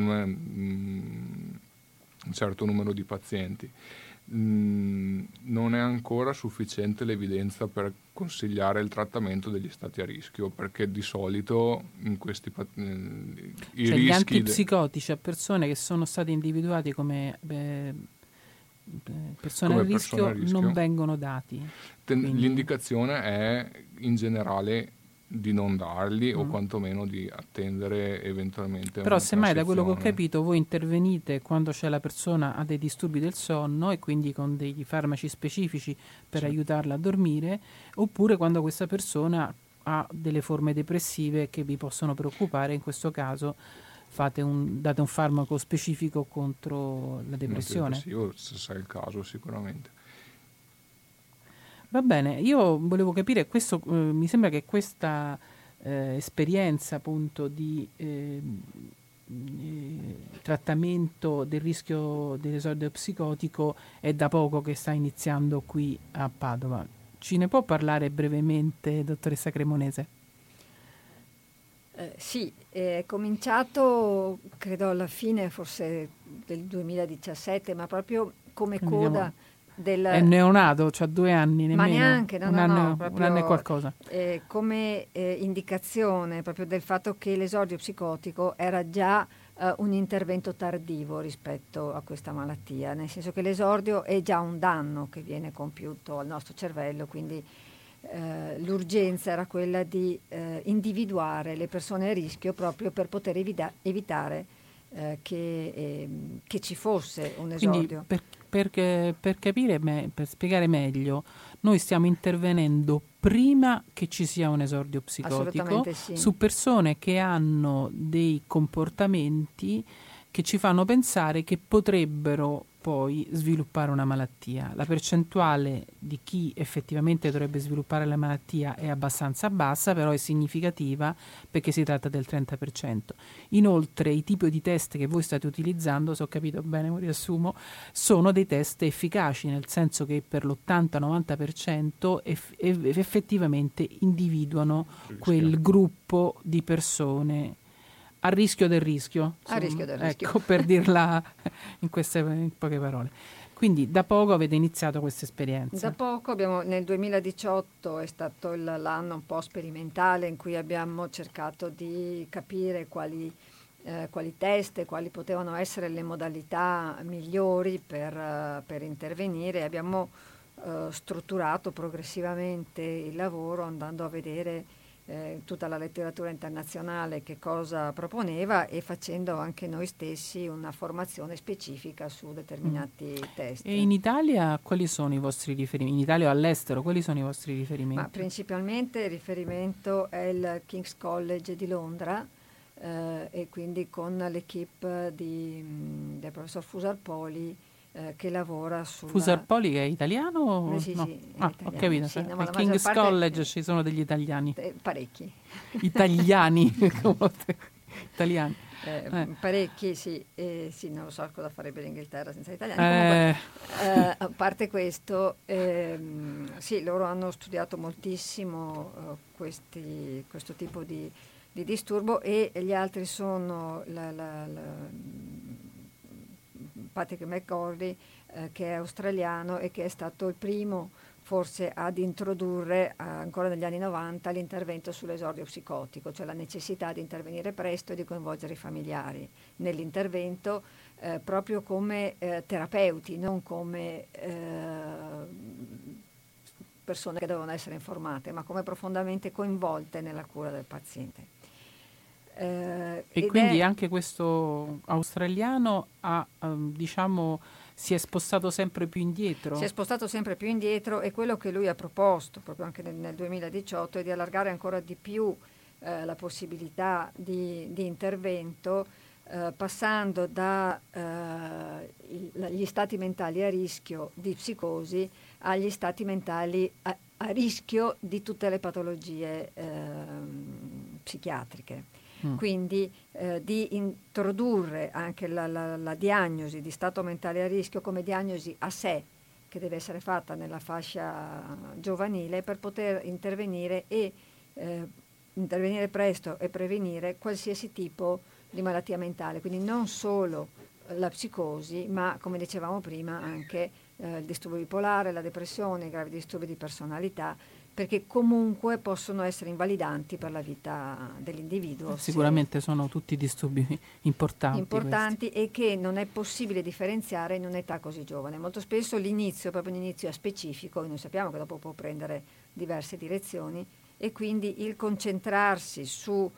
un certo numero di pazienti. Non è ancora sufficiente l'evidenza per consigliare il trattamento degli stati a rischio, perché di solito in questi i rischi gli antipsicotici a persone che sono state individuate come persone a rischio non vengono dati. L'indicazione è in generale di non darli o quantomeno di attendere eventualmente. Però semmai da quello che ho capito voi intervenite quando c'è la persona ha dei disturbi del sonno e quindi con degli farmaci specifici per aiutarla a dormire, oppure quando questa persona ha delle forme depressive che vi possono preoccupare, in questo caso date un farmaco specifico contro la depressione. Se è il caso sicuramente. Va bene, io volevo capire questo, mi sembra che questa esperienza appunto di trattamento del rischio dell'esordio psicotico è da poco che sta iniziando qui a Padova. Ci ne può parlare brevemente, dottoressa Cremonese? Sì, è cominciato credo alla fine forse del 2017, ma proprio come quindi coda è neonato, cioè 2 anni nemmeno. Ma neanche, un anno e qualcosa. Come indicazione proprio del fatto che l'esordio psicotico era già un intervento tardivo rispetto a questa malattia, nel senso che l'esordio è già un danno che viene compiuto al nostro cervello, quindi l'urgenza era quella di individuare le persone a rischio proprio per poter evitare che ci fosse un esordio. Quindi per capire, per spiegare meglio, noi stiamo intervenendo prima che ci sia un esordio psicotico su persone che hanno dei comportamenti che ci fanno pensare che potrebbero poi sviluppare una malattia. La percentuale di chi effettivamente dovrebbe sviluppare la malattia è abbastanza bassa, però è significativa perché si tratta del 30%. Inoltre i tipi di test che voi state utilizzando, se ho capito bene, mi riassumo, sono dei test efficaci, nel senso che per l'80-90% effettivamente individuano quel gruppo di persone a rischio del rischio. A rischio del rischio. Ecco, per dirla in poche parole. Quindi da poco avete iniziato questa esperienza? Da poco, nel 2018 è stato l'anno un po' sperimentale in cui abbiamo cercato di capire quali test e quali potevano essere le modalità migliori per intervenire. Abbiamo strutturato progressivamente il lavoro andando a vedere tutta la letteratura internazionale che cosa proponeva e facendo anche noi stessi una formazione specifica su determinati test. E in Italia quali sono i vostri riferimenti? In Italia o all'estero quali sono i vostri riferimenti? Ma principalmente il riferimento è il King's College di Londra e quindi con l'equipe del professor Fusarpoli che lavora su Fusarpoli che è italiano? Sì, no? Sì, ho capito. Sì, no, al King's College ci sono degli italiani. Parecchi. Italiani. Italiani. Parecchi, sì. Sì, non lo so cosa farebbe l'Inghilterra senza italiani. Comunque, a parte questo, sì, loro hanno studiato moltissimo questo tipo di disturbo e gli altri sono Patrick McGordy che è australiano e che è stato il primo forse ad introdurre ancora negli anni 90 l'intervento sull'esordio psicotico, cioè la necessità di intervenire presto e di coinvolgere i familiari nell'intervento proprio come terapeuti, non come persone che devono essere informate, ma come profondamente coinvolte nella cura del paziente. E quindi anche questo australiano si è spostato sempre più indietro? Si è spostato sempre più indietro e quello che lui ha proposto proprio anche nel 2018 è di allargare ancora di più la possibilità di intervento passando dagli stati mentali a rischio di psicosi agli stati mentali a rischio di tutte le patologie psichiatriche. Quindi di introdurre anche la diagnosi di stato mentale a rischio come diagnosi a sé che deve essere fatta nella fascia giovanile per poter intervenire e intervenire presto e prevenire qualsiasi tipo di malattia mentale, quindi non solo la psicosi, ma come dicevamo prima anche il disturbo bipolare, la depressione, i gravi disturbi di personalità, perché comunque possono essere invalidanti per la vita dell'individuo. Sicuramente sono tutti disturbi importanti e che non è possibile differenziare in un'età così giovane. Molto spesso l'inizio, proprio un inizio specifico, e noi sappiamo che dopo può prendere diverse direzioni, e quindi il concentrarsi su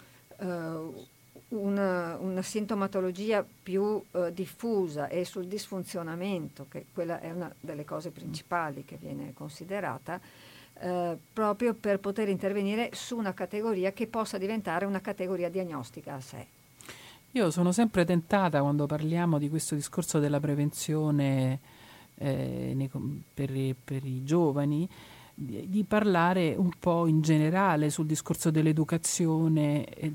una sintomatologia più diffusa e sul disfunzionamento, che quella è una delle cose principali che viene considerata, proprio per poter intervenire su una categoria che possa diventare una categoria diagnostica a sé. Io sono sempre tentata, quando parliamo di questo discorso della prevenzione per i giovani, di parlare un po' in generale sul discorso dell'educazione e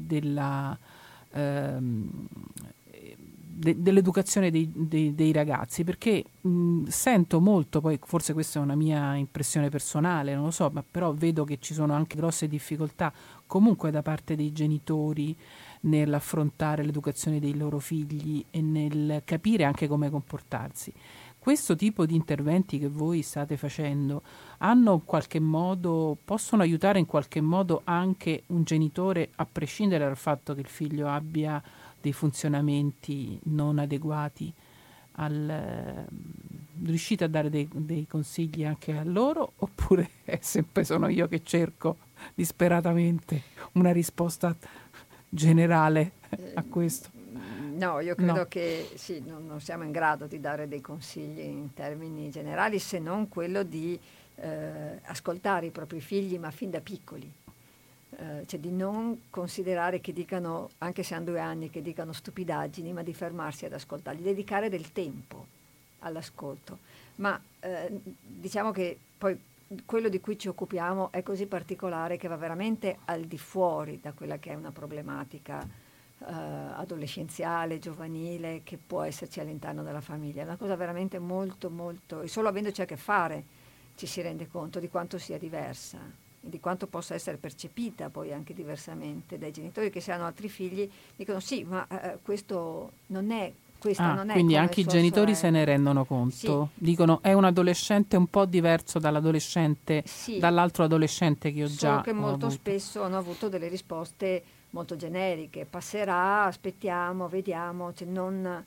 dell'educazione dei ragazzi, perché sento molto, poi forse questa è una mia impressione personale, non lo so, ma però vedo che ci sono anche grosse difficoltà comunque da parte dei genitori nell'affrontare l'educazione dei loro figli e nel capire anche come comportarsi. Questo tipo di interventi che voi state facendo hanno in qualche modo, possono aiutare in qualche modo anche un genitore, a prescindere dal fatto che il figlio abbia dei funzionamenti non adeguati, riuscite a dare dei consigli anche a loro, oppure è sempre sono io che cerco disperatamente una risposta generale a questo? No, io credo che sì, non siamo in grado di dare dei consigli in termini generali, se non quello di ascoltare i propri figli, ma fin da piccoli. Cioè di non considerare che dicano, anche se hanno 2 anni, che dicano stupidaggini, ma di fermarsi ad ascoltarli, dedicare del tempo all'ascolto. Ma diciamo che poi quello di cui ci occupiamo è così particolare che va veramente al di fuori da quella che è una problematica adolescenziale, giovanile, che può esserci all'interno della famiglia. È una cosa veramente molto, molto, e solo avendoci a che fare ci si rende conto di quanto sia diversa, di quanto possa essere percepita poi anche diversamente dai genitori che, se hanno altri figli, dicono sì, ma questo non è, questa non è. Quindi anche i genitori se ne rendono conto, sì. Dicono è un adolescente un po' diverso dall'adolescente, sì, dall'altro adolescente che solo che molto spesso hanno avuto delle risposte molto generiche, passerà, aspettiamo, vediamo, cioè non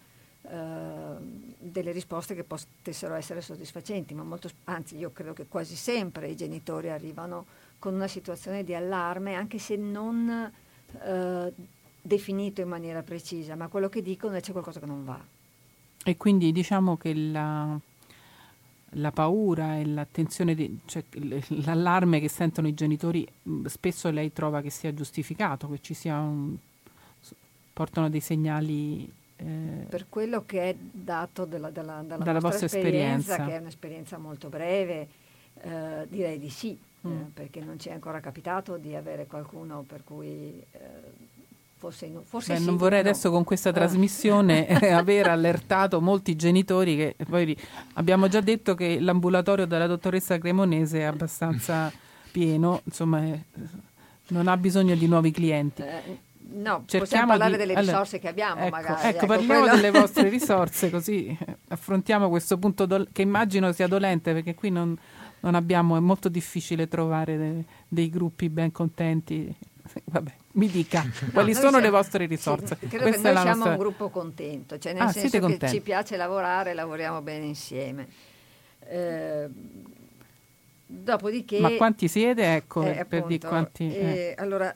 delle risposte che potessero essere soddisfacenti, ma anzi io credo che quasi sempre i genitori arrivano con una situazione di allarme, anche se non definito in maniera precisa, ma quello che dicono è c'è qualcosa che non va. E quindi diciamo che la paura e l'attenzione, cioè l'allarme che sentono i genitori, spesso lei trova che sia giustificato, che ci sia portano dei segnali per quello che è dato dalla vostra esperienza, che è un'esperienza molto breve, direi di sì, perché non ci è ancora capitato di avere qualcuno per cui forse sì, non vorrei adesso con questa trasmissione aver allertato molti genitori, che poi abbiamo già detto che l'ambulatorio della dottoressa Cremonese è abbastanza pieno, insomma non ha bisogno di nuovi clienti. No, possiamo parlare delle risorse che abbiamo, magari. Ecco, parliamo delle vostre risorse, così affrontiamo questo punto che immagino sia dolente, perché qui non abbiamo, è molto difficile trovare dei gruppi ben contenti. Vabbè, mi dica, quali sono le vostre risorse? Sì, credo che noi siamo un gruppo contento, cioè nel senso che ci piace lavorare, lavoriamo bene insieme. Dopodiché... Ma quanti siete? Ecco, per appunto, dire quanti... Allora,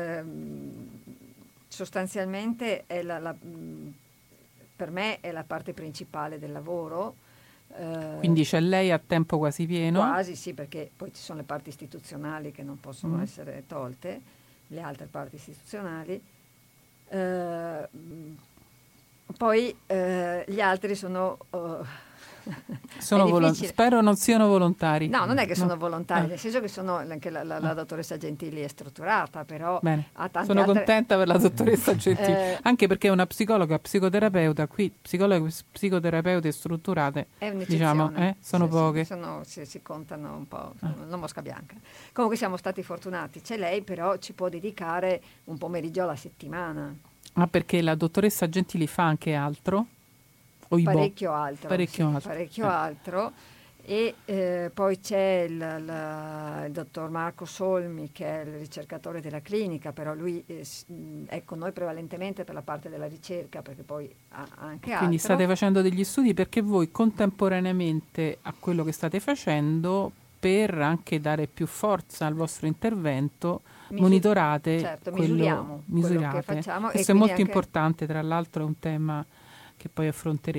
sostanzialmente è per me è la parte principale del lavoro. Quindi c'è lei a tempo quasi pieno? Quasi sì, perché poi ci sono le parti istituzionali che non possono essere tolte, le altre parti istituzionali. Poi gli altri sono Spero non siano volontari. No, non è che sono volontari, nel senso che anche la dottoressa Gentili è strutturata, però ha tante sono contenta per la dottoressa Gentili, anche perché è una psicologa, psicoterapeuta, qui psicologhe, psicoterapeuti strutturate, è un'eccezione. Sono poche. Si contano un po', una mosca bianca. Comunque siamo stati fortunati, c'è lei, però ci può dedicare un pomeriggio alla settimana. Ma perché la dottoressa Gentili fa anche altro? Parecchio altro. E poi c'è il dottor Marco Solmi, che è il ricercatore della clinica, però lui è con noi prevalentemente per la parte della ricerca, perché poi ha anche altro. Quindi state facendo degli studi perché voi contemporaneamente a quello che state facendo, per anche dare più forza al vostro intervento, monitorate, misuriamo quello che facciamo. Questo è molto importante, tra l'altro è un tema che poi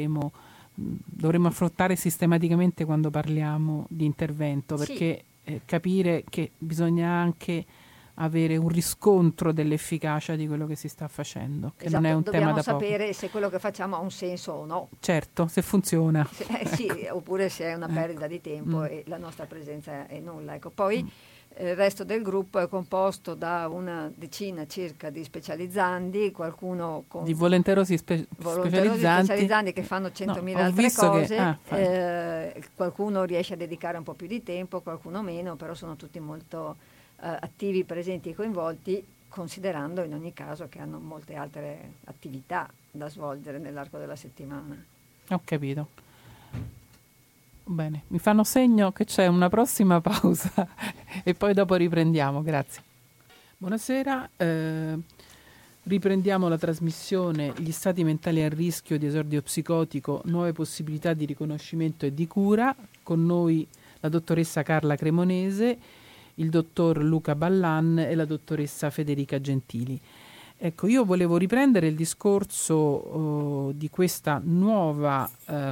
dovremo affrontare sistematicamente quando parliamo di intervento, perché capire che bisogna anche avere un riscontro dell'efficacia di quello che si sta facendo, che non è un tema da poco. Dobbiamo sapere se quello che facciamo ha un senso o no. Certo, se funziona. Oppure se è una perdita di tempo e la nostra presenza è nulla. Ecco, poi il resto del gruppo è composto da una decina circa di specializzandi, qualcuno con di volenterosi specializzanti che fanno 100.000 altre cose, qualcuno riesce a dedicare un po' più di tempo, qualcuno meno, però sono tutti molto attivi, presenti e coinvolti, considerando in ogni caso che hanno molte altre attività da svolgere nell'arco della settimana. Ho capito. Bene, mi fanno segno che c'è una prossima pausa e poi dopo riprendiamo, grazie. Buonasera, riprendiamo la trasmissione Gli stati mentali a rischio di esordio psicotico, nuove possibilità di riconoscimento e di cura, con noi la dottoressa Carla Cremonese, il dottor Luca Ballan e la dottoressa Federica Gentili. Ecco, io volevo riprendere il discorso di questa nuova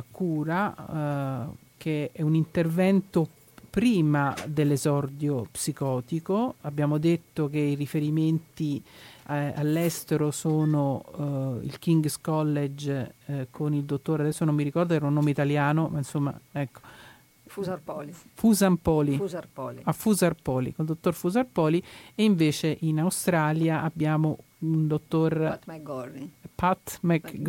cura, che è un intervento prima dell'esordio psicotico. Abbiamo detto che i riferimenti all'estero sono il King's College con il dottore, adesso non mi ricordo, era un nome italiano, ma insomma, ecco. Fusampoli. A Fusarpoli, col dottor Fusarpoli, e invece in Australia abbiamo un dottor Pat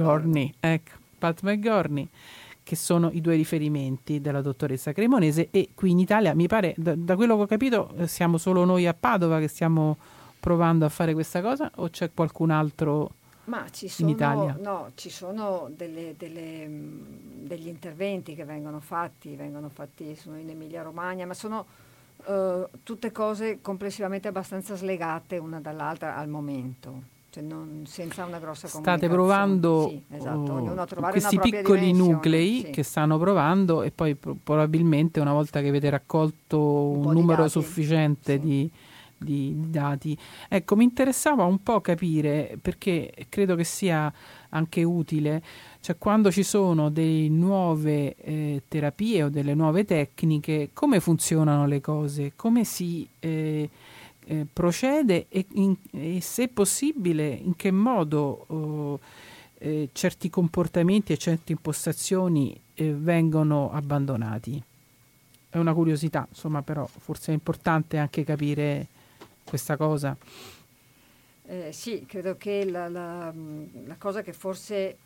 McGorney, che sono i due riferimenti della dottoressa Cremonese, e qui in Italia mi pare, da quello che ho capito, siamo solo noi a Padova che stiamo provando a fare questa cosa, o c'è qualcun altro in Italia? No, ci sono degli interventi che vengono fatti sono in Emilia Romagna, ma sono tutte cose complessivamente abbastanza slegate una dall'altra al momento. Senza una grossa comunicazione. State provando questi piccoli nuclei che stanno provando, e poi probabilmente una volta che avete raccolto un numero sufficiente di dati. Ecco, mi interessava un po' capire, perché credo che sia anche utile, cioè quando ci sono delle nuove terapie o delle nuove tecniche, come funzionano le cose, come si procede e se possibile in che modo certi comportamenti e certe impostazioni vengono abbandonati. È una curiosità, insomma, però forse è importante anche capire questa cosa. Sì, credo che la cosa che forse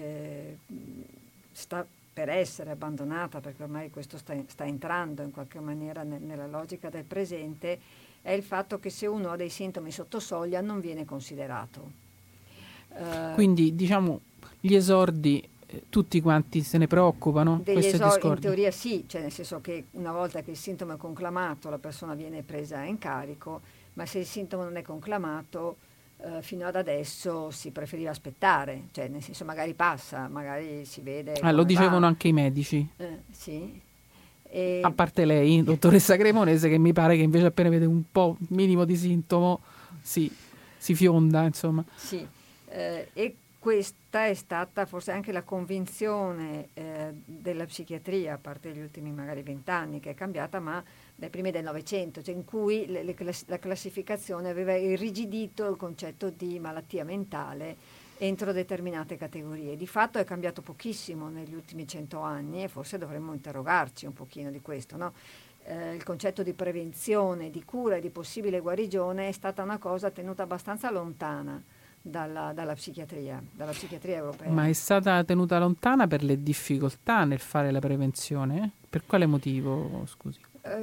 sta per essere abbandonata, perché ormai questo sta entrando in qualche maniera nella logica del presente, è il fatto che se uno ha dei sintomi sotto soglia non viene considerato. Quindi diciamo gli esordi, tutti quanti se ne preoccupano? Degli esordi in teoria sì, cioè nel senso che una volta che il sintomo è conclamato la persona viene presa in carico, ma se il sintomo non è conclamato fino ad adesso si preferiva aspettare, cioè nel senso magari passa, magari si vede. Lo dicevano anche i medici. Sì. A parte lei, dottoressa Cremonese, che mi pare che invece appena vede un po' minimo di sintomo si fionda, insomma. Sì, e questa è stata forse anche la convinzione della psichiatria, a parte gli ultimi magari 20 anni che è cambiata, ma dai primi del Novecento, cioè in cui la classificazione aveva irrigidito il concetto di malattia mentale entro determinate categorie. Di fatto è cambiato pochissimo negli ultimi 100 anni e forse dovremmo interrogarci un pochino di questo, no? Il concetto di prevenzione, di cura e di possibile guarigione è stata una cosa tenuta abbastanza lontana dalla psichiatria europea. Ma è stata tenuta lontana per le difficoltà nel fare la prevenzione? Per quale motivo, scusi?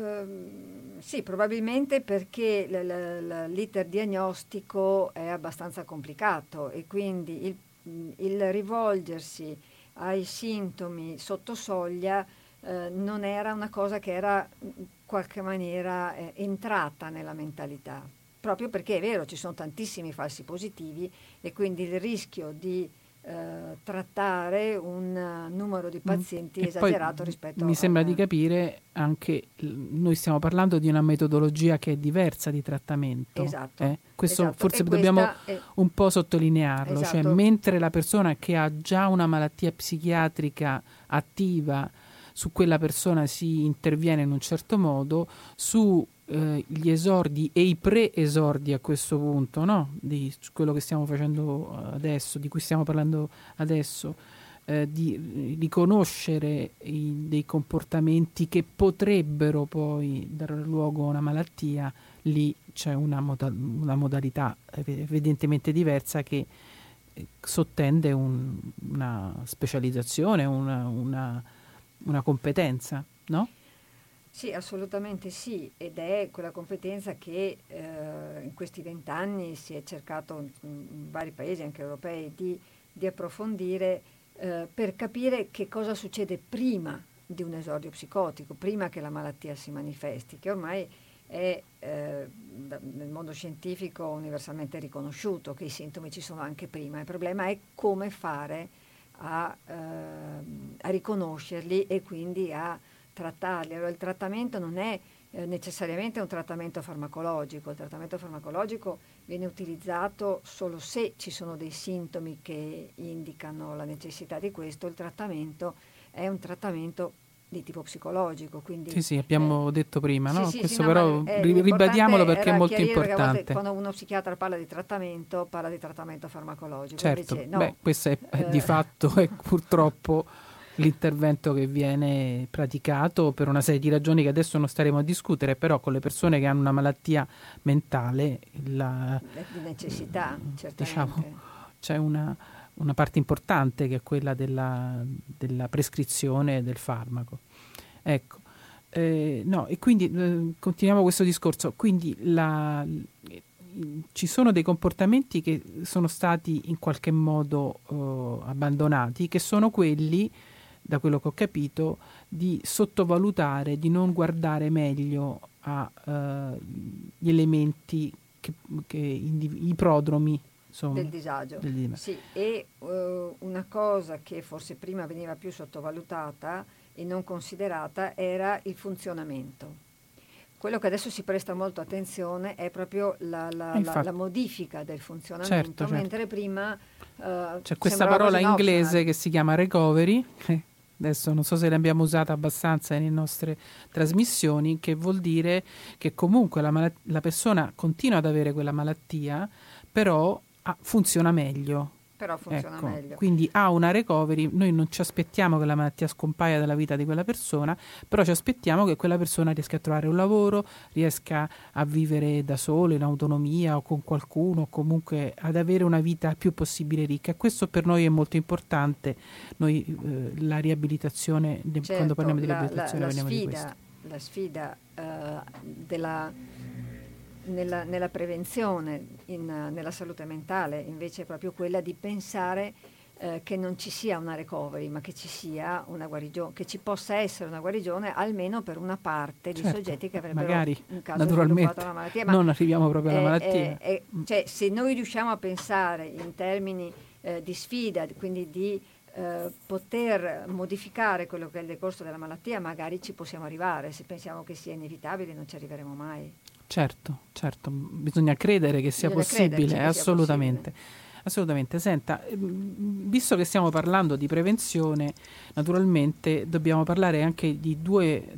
Sì, probabilmente perché l'iter diagnostico è abbastanza complicato e quindi il rivolgersi ai sintomi sotto soglia non era una cosa che era in qualche maniera entrata nella mentalità, proprio perché è vero, ci sono tantissimi falsi positivi e quindi il rischio di trattare un numero di pazienti esagerato rispetto mi sembra di capire anche noi stiamo parlando di una metodologia che è diversa di trattamento. Esatto. Questo esatto. forse dobbiamo un po' sottolinearlo, esatto. cioè mentre la persona che ha già una malattia psichiatrica attiva, su quella persona si interviene in un certo modo, su gli esordi e i pre-esordi a questo punto, no? Di quello che stiamo facendo adesso, di cui stiamo parlando adesso, di riconoscere dei comportamenti che potrebbero poi dare luogo a una malattia, lì c'è una modalità evidentemente diversa che sottende una specializzazione, una competenza, no? Sì, assolutamente sì, ed è quella competenza che in questi 20 anni si è cercato in vari paesi, anche europei, di approfondire per capire che cosa succede prima di un esordio psicotico, prima che la malattia si manifesti, che ormai è nel mondo scientifico universalmente riconosciuto che i sintomi ci sono anche prima. Il problema è come fare a riconoscerli e quindi a trattarli. Allora, il trattamento non è necessariamente un trattamento farmacologico. Il trattamento farmacologico viene utilizzato solo se ci sono dei sintomi che indicano la necessità di questo. Il trattamento è un trattamento di tipo psicologico. Quindi, sì, abbiamo detto prima, no? Sì, questo no, però ribadiamolo perché è molto importante. Quando uno psichiatra parla di trattamento farmacologico. Certo, invece, no, questo è di fatto è purtroppo l'intervento che viene praticato per una serie di ragioni che adesso non staremo a discutere, però con le persone che hanno una malattia mentale di necessità, certamente. Diciamo, c'è una parte importante che è quella della prescrizione del farmaco. Ecco, no, e quindi continuiamo questo discorso. Quindi ci sono dei comportamenti che sono stati in qualche modo abbandonati, che sono quelli, da quello che ho capito, di sottovalutare, di non guardare meglio gli elementi i prodromi, insomma, del disagio. Sì, e una cosa che forse prima veniva più sottovalutata e non considerata era il funzionamento. Quello che adesso si presta molto attenzione è proprio la modifica del funzionamento, certo. Mentre prima c'è questa parola inglese che si chiama recovery, adesso non so se l'abbiamo usata abbastanza nelle nostre trasmissioni, che vuol dire che comunque la persona continua ad avere quella malattia, però funziona meglio. Meglio. Quindi ha una recovery. Noi non ci aspettiamo che la malattia scompaia dalla vita di quella persona, però ci aspettiamo che quella persona riesca a trovare un lavoro, riesca a vivere da solo, in autonomia o con qualcuno, o comunque ad avere una vita il più possibile ricca. E questo per noi è molto importante. Noi la riabilitazione, certo, quando parliamo di riabilitazione parliamo di questo. La sfida nella prevenzione, nella salute mentale, invece è proprio quella di pensare che non ci sia una recovery, ma che ci sia una guarigione, che ci possa essere una guarigione almeno per una parte di soggetti che avrebbero magari, in caso naturalmente, sviluppato la malattia. Ma non arriviamo proprio alla malattia. Cioè, se noi riusciamo a pensare in termini di sfida, quindi di poter modificare quello che è il decorso della malattia, magari ci possiamo arrivare. Se pensiamo che sia inevitabile non ci arriveremo mai. Certo, bisogna credere che sia possibile, assolutamente. Assolutamente. Senta, visto che stiamo parlando di prevenzione, naturalmente dobbiamo parlare anche di due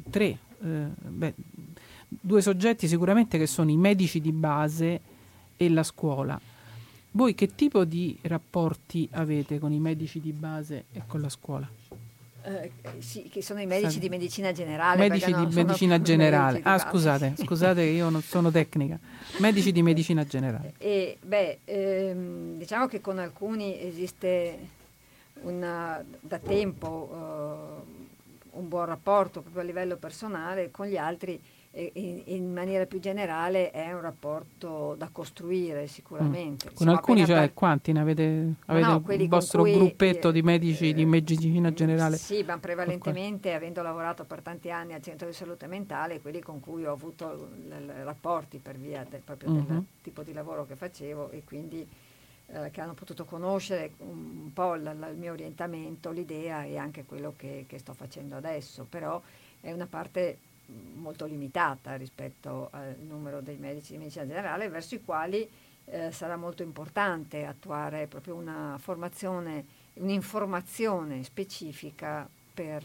soggetti sicuramente, che sono i medici di base e la scuola. Voi che tipo di rapporti avete con i medici di base e con la scuola? Sì, che sono i medici di medicina generale. Medici di medicina generale. Scusate, io non sono tecnica. Medici di medicina generale. Diciamo che con alcuni esiste da tempo un buon rapporto proprio a livello personale, con gli altri in maniera più generale è un rapporto da costruire sicuramente. Con alcuni, quanti ne avete il vostro gruppetto di medici di medicina generale? Sì, ma prevalentemente avendo lavorato per tanti anni al centro di salute mentale, quelli con cui ho avuto rapporti per via proprio del tipo di lavoro che facevo, e quindi che hanno potuto conoscere un po' il mio orientamento, l'idea e anche quello che sto facendo adesso, però è una parte molto limitata rispetto al numero dei medici di medicina generale, verso i quali sarà molto importante attuare proprio una formazione, un'informazione specifica per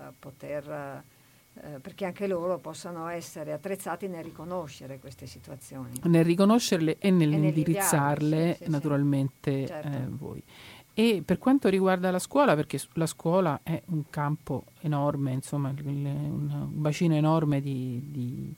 perché anche loro possano essere attrezzati nel riconoscere queste situazioni. Nel riconoscerle e nell'indirizzarle, sì, naturalmente, certo. Voi. E per quanto riguarda la scuola, perché la scuola è un campo enorme, insomma, un bacino enorme di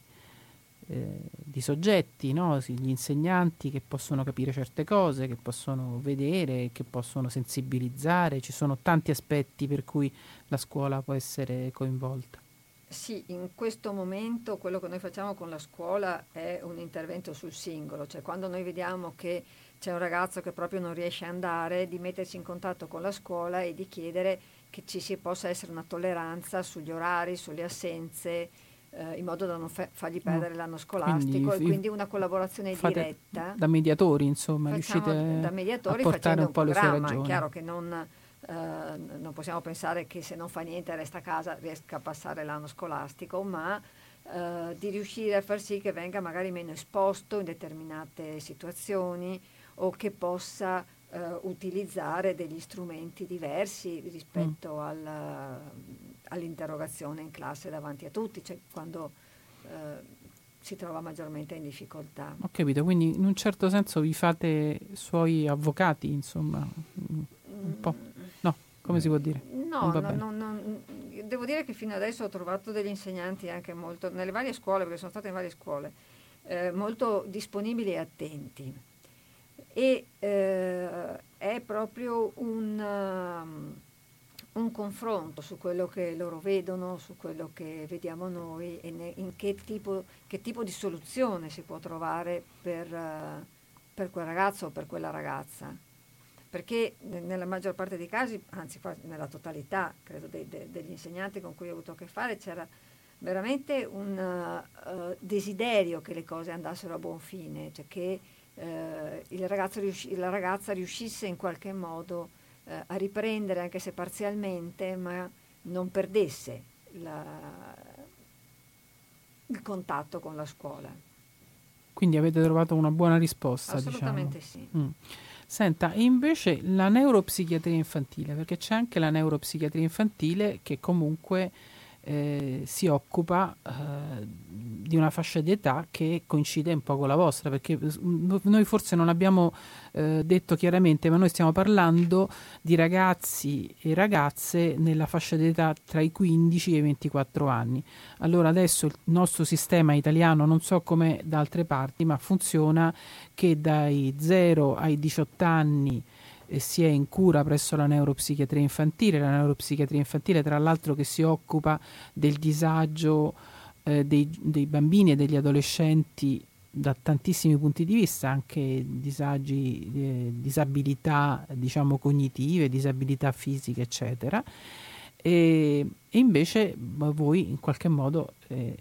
soggetti, no? Gli insegnanti che possono capire certe cose, che possono vedere, che possono sensibilizzare, ci sono tanti aspetti per cui la scuola può essere coinvolta. Sì, in questo momento quello che noi facciamo con la scuola è un intervento sul singolo, cioè quando noi vediamo che c'è un ragazzo che proprio non riesce a andare, di mettersi in contatto con la scuola e di chiedere che possa essere una tolleranza sugli orari, sulle assenze, in modo da non fargli perdere l'anno scolastico, quindi una collaborazione diretta. Da mediatori, insomma, riuscite da mediatori a portare un po' le sue ragioni. È chiaro che non possiamo pensare che se non fa niente e resta a casa riesca a passare l'anno scolastico, ma di riuscire a far sì che venga magari meno esposto in determinate situazioni, o che possa utilizzare degli strumenti diversi rispetto all'interrogazione in classe davanti a tutti, cioè quando si trova maggiormente in difficoltà. Ho capito, quindi in un certo senso vi fate suoi avvocati, insomma, un po'. No, come si può dire? No, devo dire che fino adesso ho trovato degli insegnanti anche molto, nelle varie scuole, perché sono stata in varie scuole, molto disponibili e attenti. E è proprio un confronto su quello che loro vedono, su quello che vediamo noi, e in che tipo di soluzione si può trovare per quel ragazzo o per quella ragazza. Perché nella maggior parte dei casi, anzi nella totalità, credo, degli insegnanti con cui ho avuto a che fare, c'era veramente un desiderio che le cose andassero a buon fine, cioè che la ragazza riuscisse in qualche modo a riprendere, anche se parzialmente, ma non perdesse il contatto con la scuola. Quindi avete trovato una buona risposta, assolutamente, diciamo. Sì. Senta, invece la neuropsichiatria infantile, perché c'è anche la neuropsichiatria infantile che comunque si occupa di una fascia di età che coincide un po' con la vostra, perché noi forse non abbiamo detto chiaramente, ma noi stiamo parlando di ragazzi e ragazze nella fascia di età tra i 15 e i 24 anni. Allora adesso il nostro sistema italiano, non so come da altre parti, ma funziona che dai 0 ai 18 anni si è in cura presso la neuropsichiatria infantile, tra l'altro, che si occupa del disagio dei bambini e degli adolescenti da tantissimi punti di vista, anche disagi, disabilità, diciamo, cognitive, disabilità fisiche, eccetera. E invece voi in qualche modo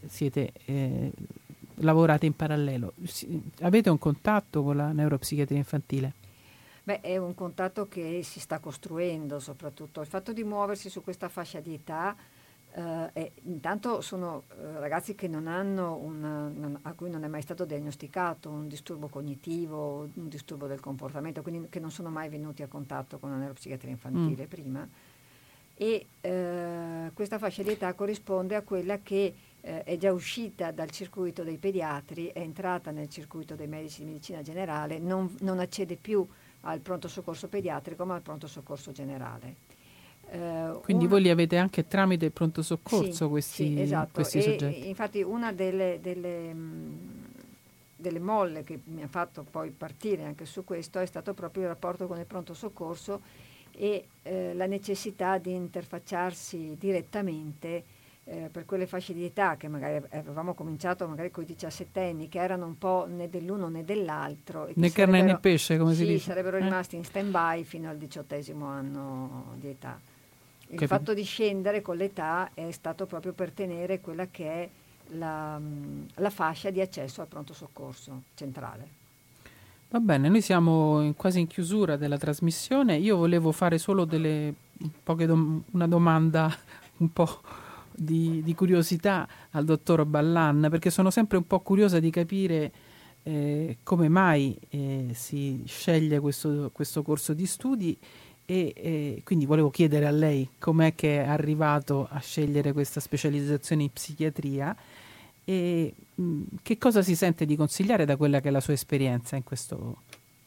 lavorate in parallelo. Avete un contatto con la neuropsichiatria infantile? Beh, è un contatto che si sta costruendo, soprattutto il fatto di muoversi su questa fascia di età. Intanto sono ragazzi che non hanno a cui non è mai stato diagnosticato un disturbo cognitivo, un disturbo del comportamento, quindi che non sono mai venuti a contatto con la neuropsichiatria infantile prima. E questa fascia di età corrisponde a quella che è già uscita dal circuito dei pediatri, è entrata nel circuito dei medici di medicina generale, non accede più al pronto soccorso pediatrico ma al pronto soccorso generale. Quindi voi li avete anche tramite il pronto soccorso, sì, esatto. questi soggetti? Infatti una delle molle che mi ha fatto poi partire anche su questo è stato proprio il rapporto con il pronto soccorso e la necessità di interfacciarsi direttamente per quelle fasce di età che magari avevamo cominciato magari con i 17 anni, che erano un po' né dell'uno né dell'altro. Né carne né pesce, come si dice. Sarebbero rimasti in stand-by fino al 18° anno di età. Il fatto di scendere con l'età è stato proprio per tenere quella che è la fascia di accesso al pronto soccorso centrale. Va bene, noi siamo quasi in chiusura della trasmissione. Io volevo fare solo una domanda un po' di curiosità al dottor Ballan, perché sono sempre un po' curiosa di capire come mai si sceglie questo corso di studi e quindi volevo chiedere a lei com'è che è arrivato a scegliere questa specializzazione in psichiatria e che cosa si sente di consigliare da quella che è la sua esperienza in questo.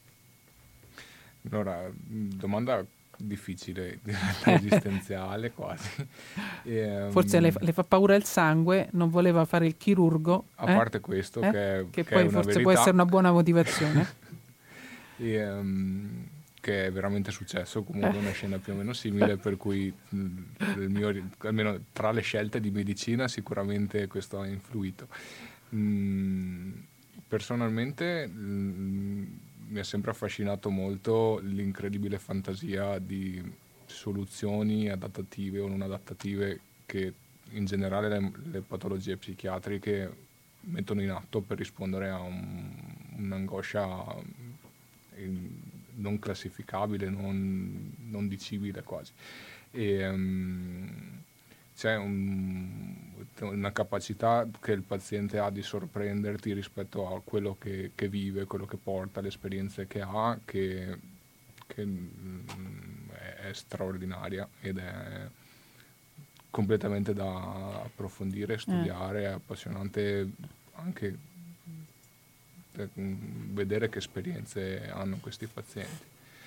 Allora, domanda difficile, esistenziale quasi. Forse le fa paura il sangue, non voleva fare il chirurgo. A parte questo, che poi è una forse verità, può essere una buona motivazione. che è veramente successo, comunque una scena più o meno simile, per cui almeno tra le scelte di medicina sicuramente questo ha influito. Personalmente mi ha sempre affascinato molto l'incredibile fantasia di soluzioni adattative o non adattative che in generale le patologie psichiatriche mettono in atto per rispondere a un'angoscia non classificabile, non dicibile quasi. C'è una capacità che il paziente ha di sorprenderti rispetto a quello che vive, quello che porta, le esperienze che ha, che è straordinaria ed è completamente da approfondire, studiare, è appassionante anche vedere che esperienze hanno questi pazienti.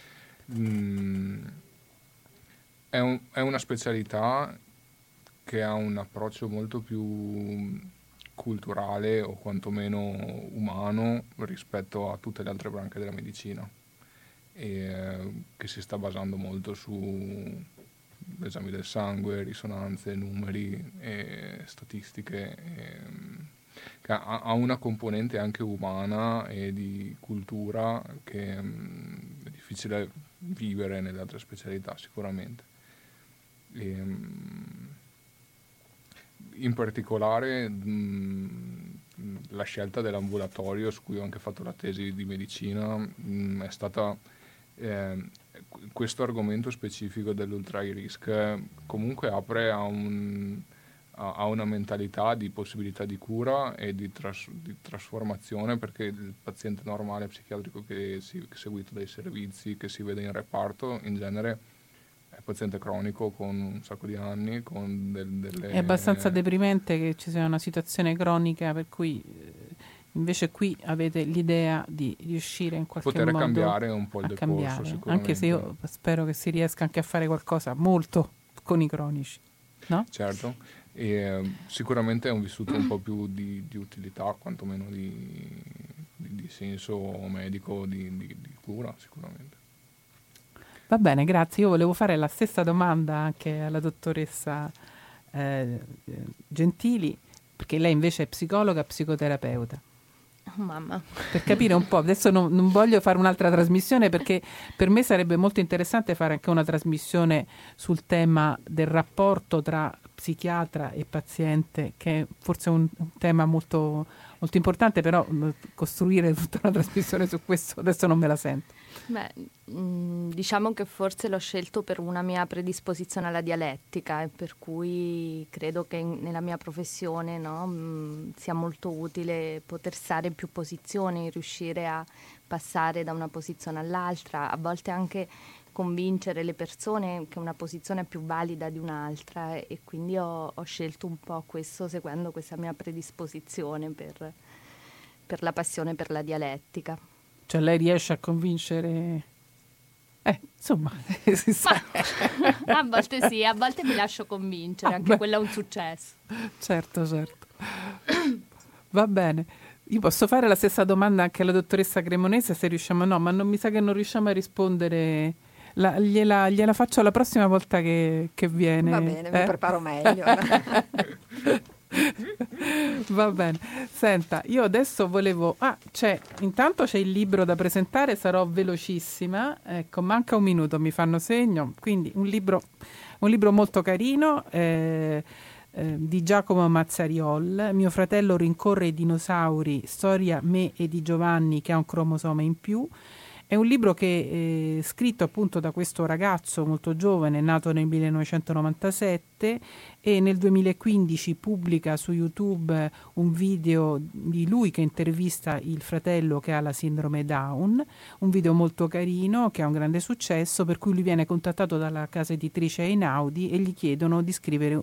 È una specialità che ha un approccio molto più culturale o quantomeno umano rispetto a tutte le altre branche della medicina e che si sta basando molto su esami del sangue, risonanze, numeri e statistiche. Che ha una componente anche umana e di cultura che è difficile vivere nelle altre specialità sicuramente. In particolare la scelta dell'ambulatorio, su cui ho anche fatto la tesi di medicina, è stata questo argomento specifico dell'ultra high risk comunque apre a una mentalità di possibilità di cura e di trasformazione, perché il paziente normale psichiatrico che è seguito dai servizi, che si vede in reparto, in genere è paziente cronico con un sacco di anni, con delle... È abbastanza deprimente che ci sia una situazione cronica, per cui invece qui avete l'idea di riuscire in qualche modo poter cambiare un po' il decorso, sicuramente. Anche se io spero che si riesca anche a fare qualcosa molto con i cronici, no? Certo, e sicuramente è un vissuto un po' più di utilità, quantomeno di senso medico, di cura sicuramente. Va bene, grazie. Io volevo fare la stessa domanda anche alla dottoressa Gentili, perché lei invece è psicologa, psicoterapeuta. Oh, mamma. Per capire un po', adesso non voglio fare un'altra trasmissione, perché per me sarebbe molto interessante fare anche una trasmissione sul tema del rapporto tra psichiatra e paziente, che è forse un tema molto, molto importante, però costruire tutta una trasmissione su questo adesso non me la sento. Beh, diciamo che forse l'ho scelto per una mia predisposizione alla dialettica e per cui credo che nella mia professione, no, sia molto utile poter stare in più posizioni, riuscire a passare da una posizione all'altra, a volte anche convincere le persone che una posizione è più valida di un'altra, e quindi ho scelto un po' questo seguendo questa mia predisposizione per la passione per la dialettica. Cioè lei riesce a convincere... insomma, si sa. A volte sì, a volte mi lascio convincere, anche quello è un successo. Certo. Va bene. Io posso fare la stessa domanda anche alla dottoressa Cremonese, se riusciamo. No, ma non mi sa che non riusciamo a rispondere. Gliela faccio la prossima volta che viene. Va bene, mi preparo meglio. Va bene. Senta, io adesso volevo... intanto c'è il libro da presentare, sarò velocissima. Ecco, manca un minuto, mi fanno segno. Quindi un libro molto carino, di Giacomo Mazzariol, Mio fratello rincorre i dinosauri, storia me e di Giovanni che ha un cromosoma in più. È un libro che è scritto appunto da questo ragazzo molto giovane, nato nel 1997, e nel 2015 pubblica su YouTube un video di lui che intervista il fratello che ha la sindrome Down, un video molto carino che ha un grande successo, per cui lui viene contattato dalla casa editrice Einaudi e gli chiedono di scrivere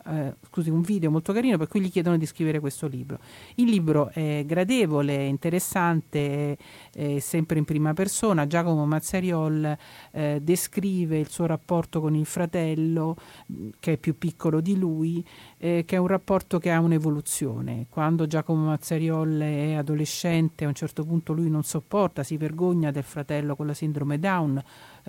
un video molto carino per cui gli chiedono di scrivere questo libro. Il libro è gradevole, è interessante, è sempre in prima persona. Giacomo Mazzariol descrive il suo rapporto con il fratello che è più piccolo di lui, che è un rapporto che ha un'evoluzione. Quando Giacomo Mazzariol è adolescente, a un certo punto lui non sopporta, si vergogna del fratello con la sindrome Down,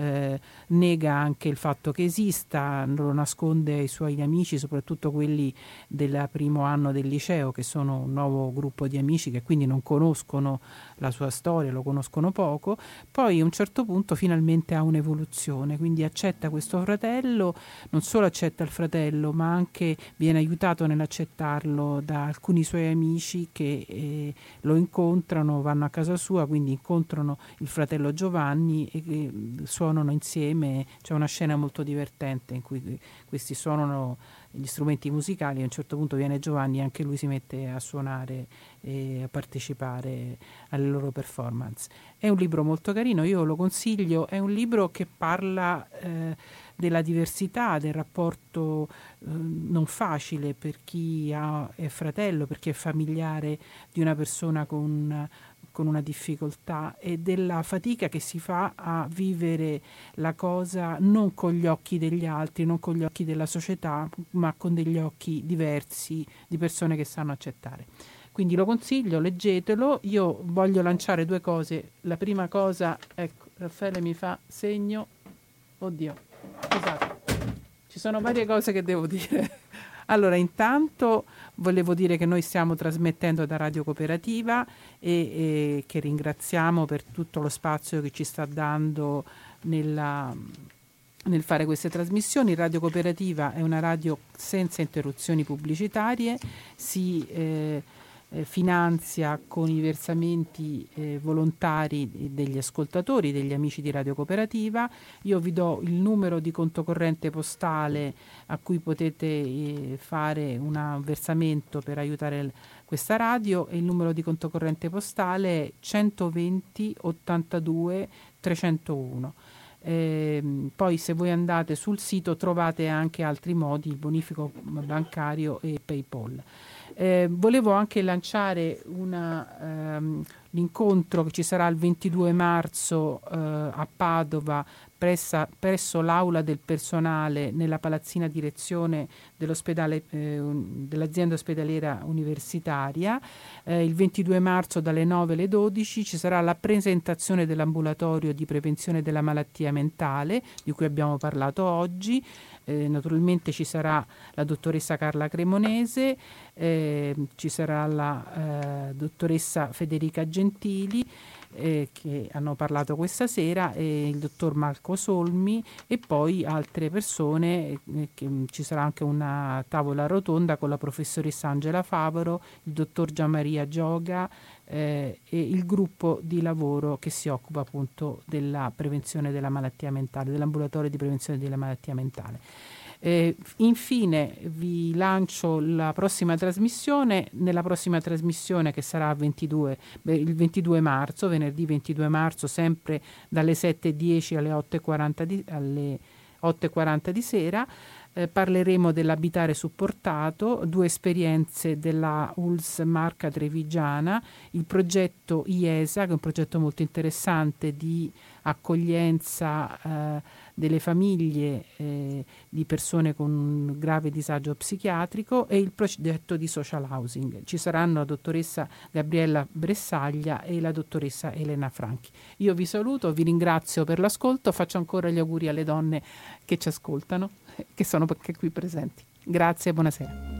nega anche il fatto che esista, lo nasconde ai suoi amici, soprattutto quelli del primo anno del liceo, che sono un nuovo gruppo di amici che quindi non conoscono la sua storia, lo conoscono poco. Poi a un certo punto finalmente ha un'evoluzione, quindi accetta questo fratello, non solo accetta il fratello, ma anche viene aiutato nell'accettarlo da alcuni suoi amici che lo incontrano, vanno a casa sua, quindi incontrano il fratello Giovanni e suonano insieme. C'è una scena molto divertente in cui questi suonano gli strumenti musicali, a un certo punto viene Giovanni e anche lui si mette a suonare e a partecipare alle loro performance. È un libro molto carino, io lo consiglio, è un libro che parla della diversità, del rapporto non facile per chi è fratello, per chi è familiare di una persona con una difficoltà, e della fatica che si fa a vivere la cosa non con gli occhi degli altri, non con gli occhi della società, ma con degli occhi diversi di persone che sanno accettare. Quindi lo consiglio, leggetelo. Io voglio lanciare due cose. La prima cosa, ecco, Raffaele mi fa segno, oddio, scusate, ci sono varie cose che devo dire. Allora, intanto volevo dire che noi stiamo trasmettendo da Radio Cooperativa e che ringraziamo per tutto lo spazio che ci sta dando nel fare queste trasmissioni. Radio Cooperativa è una radio senza interruzioni pubblicitarie, si finanzia con i versamenti volontari degli ascoltatori, degli amici di Radio Cooperativa. Io vi do il numero di conto corrente postale a cui potete fare un versamento per aiutare questa radio, e il numero di conto corrente postale è 120 82 301. Poi se voi andate sul sito trovate anche altri modi, il bonifico bancario e PayPal. Volevo anche lanciare l'incontro che ci sarà il 22 marzo a Padova presso l'aula del personale nella palazzina direzione dell'ospedale dell'azienda ospedaliera universitaria. Il 22 marzo dalle 9 alle 12 ci sarà la presentazione dell'ambulatorio di prevenzione della malattia mentale di cui abbiamo parlato oggi. Naturalmente ci sarà la dottoressa Carla Cremonese, ci sarà la dottoressa Federica Gentili che hanno parlato questa sera, e il dottor Marco Solmi, e poi altre persone, ci sarà anche una tavola rotonda con la professoressa Angela Favaro, il dottor Gianmaria Gioga e il gruppo di lavoro che si occupa appunto della prevenzione della malattia mentale, dell'ambulatorio di prevenzione della malattia mentale. Infine vi lancio la prossima trasmissione. Nella prossima trasmissione, che sarà il 22 marzo, venerdì 22 marzo, sempre dalle 7:10 alle 8:40 di sera, parleremo dell'abitare supportato, 2 esperienze della ULSS Marca Trevigiana, il progetto IESA, che è un progetto molto interessante di accoglienza delle famiglie di persone con grave disagio psichiatrico, e il progetto di social housing. Ci saranno la dottoressa Gabriella Bressaglia e la dottoressa Elena Franchi. Io vi saluto, vi ringrazio per l'ascolto, faccio ancora gli auguri alle donne che ci ascoltano, che sono qui presenti. Grazie e buonasera.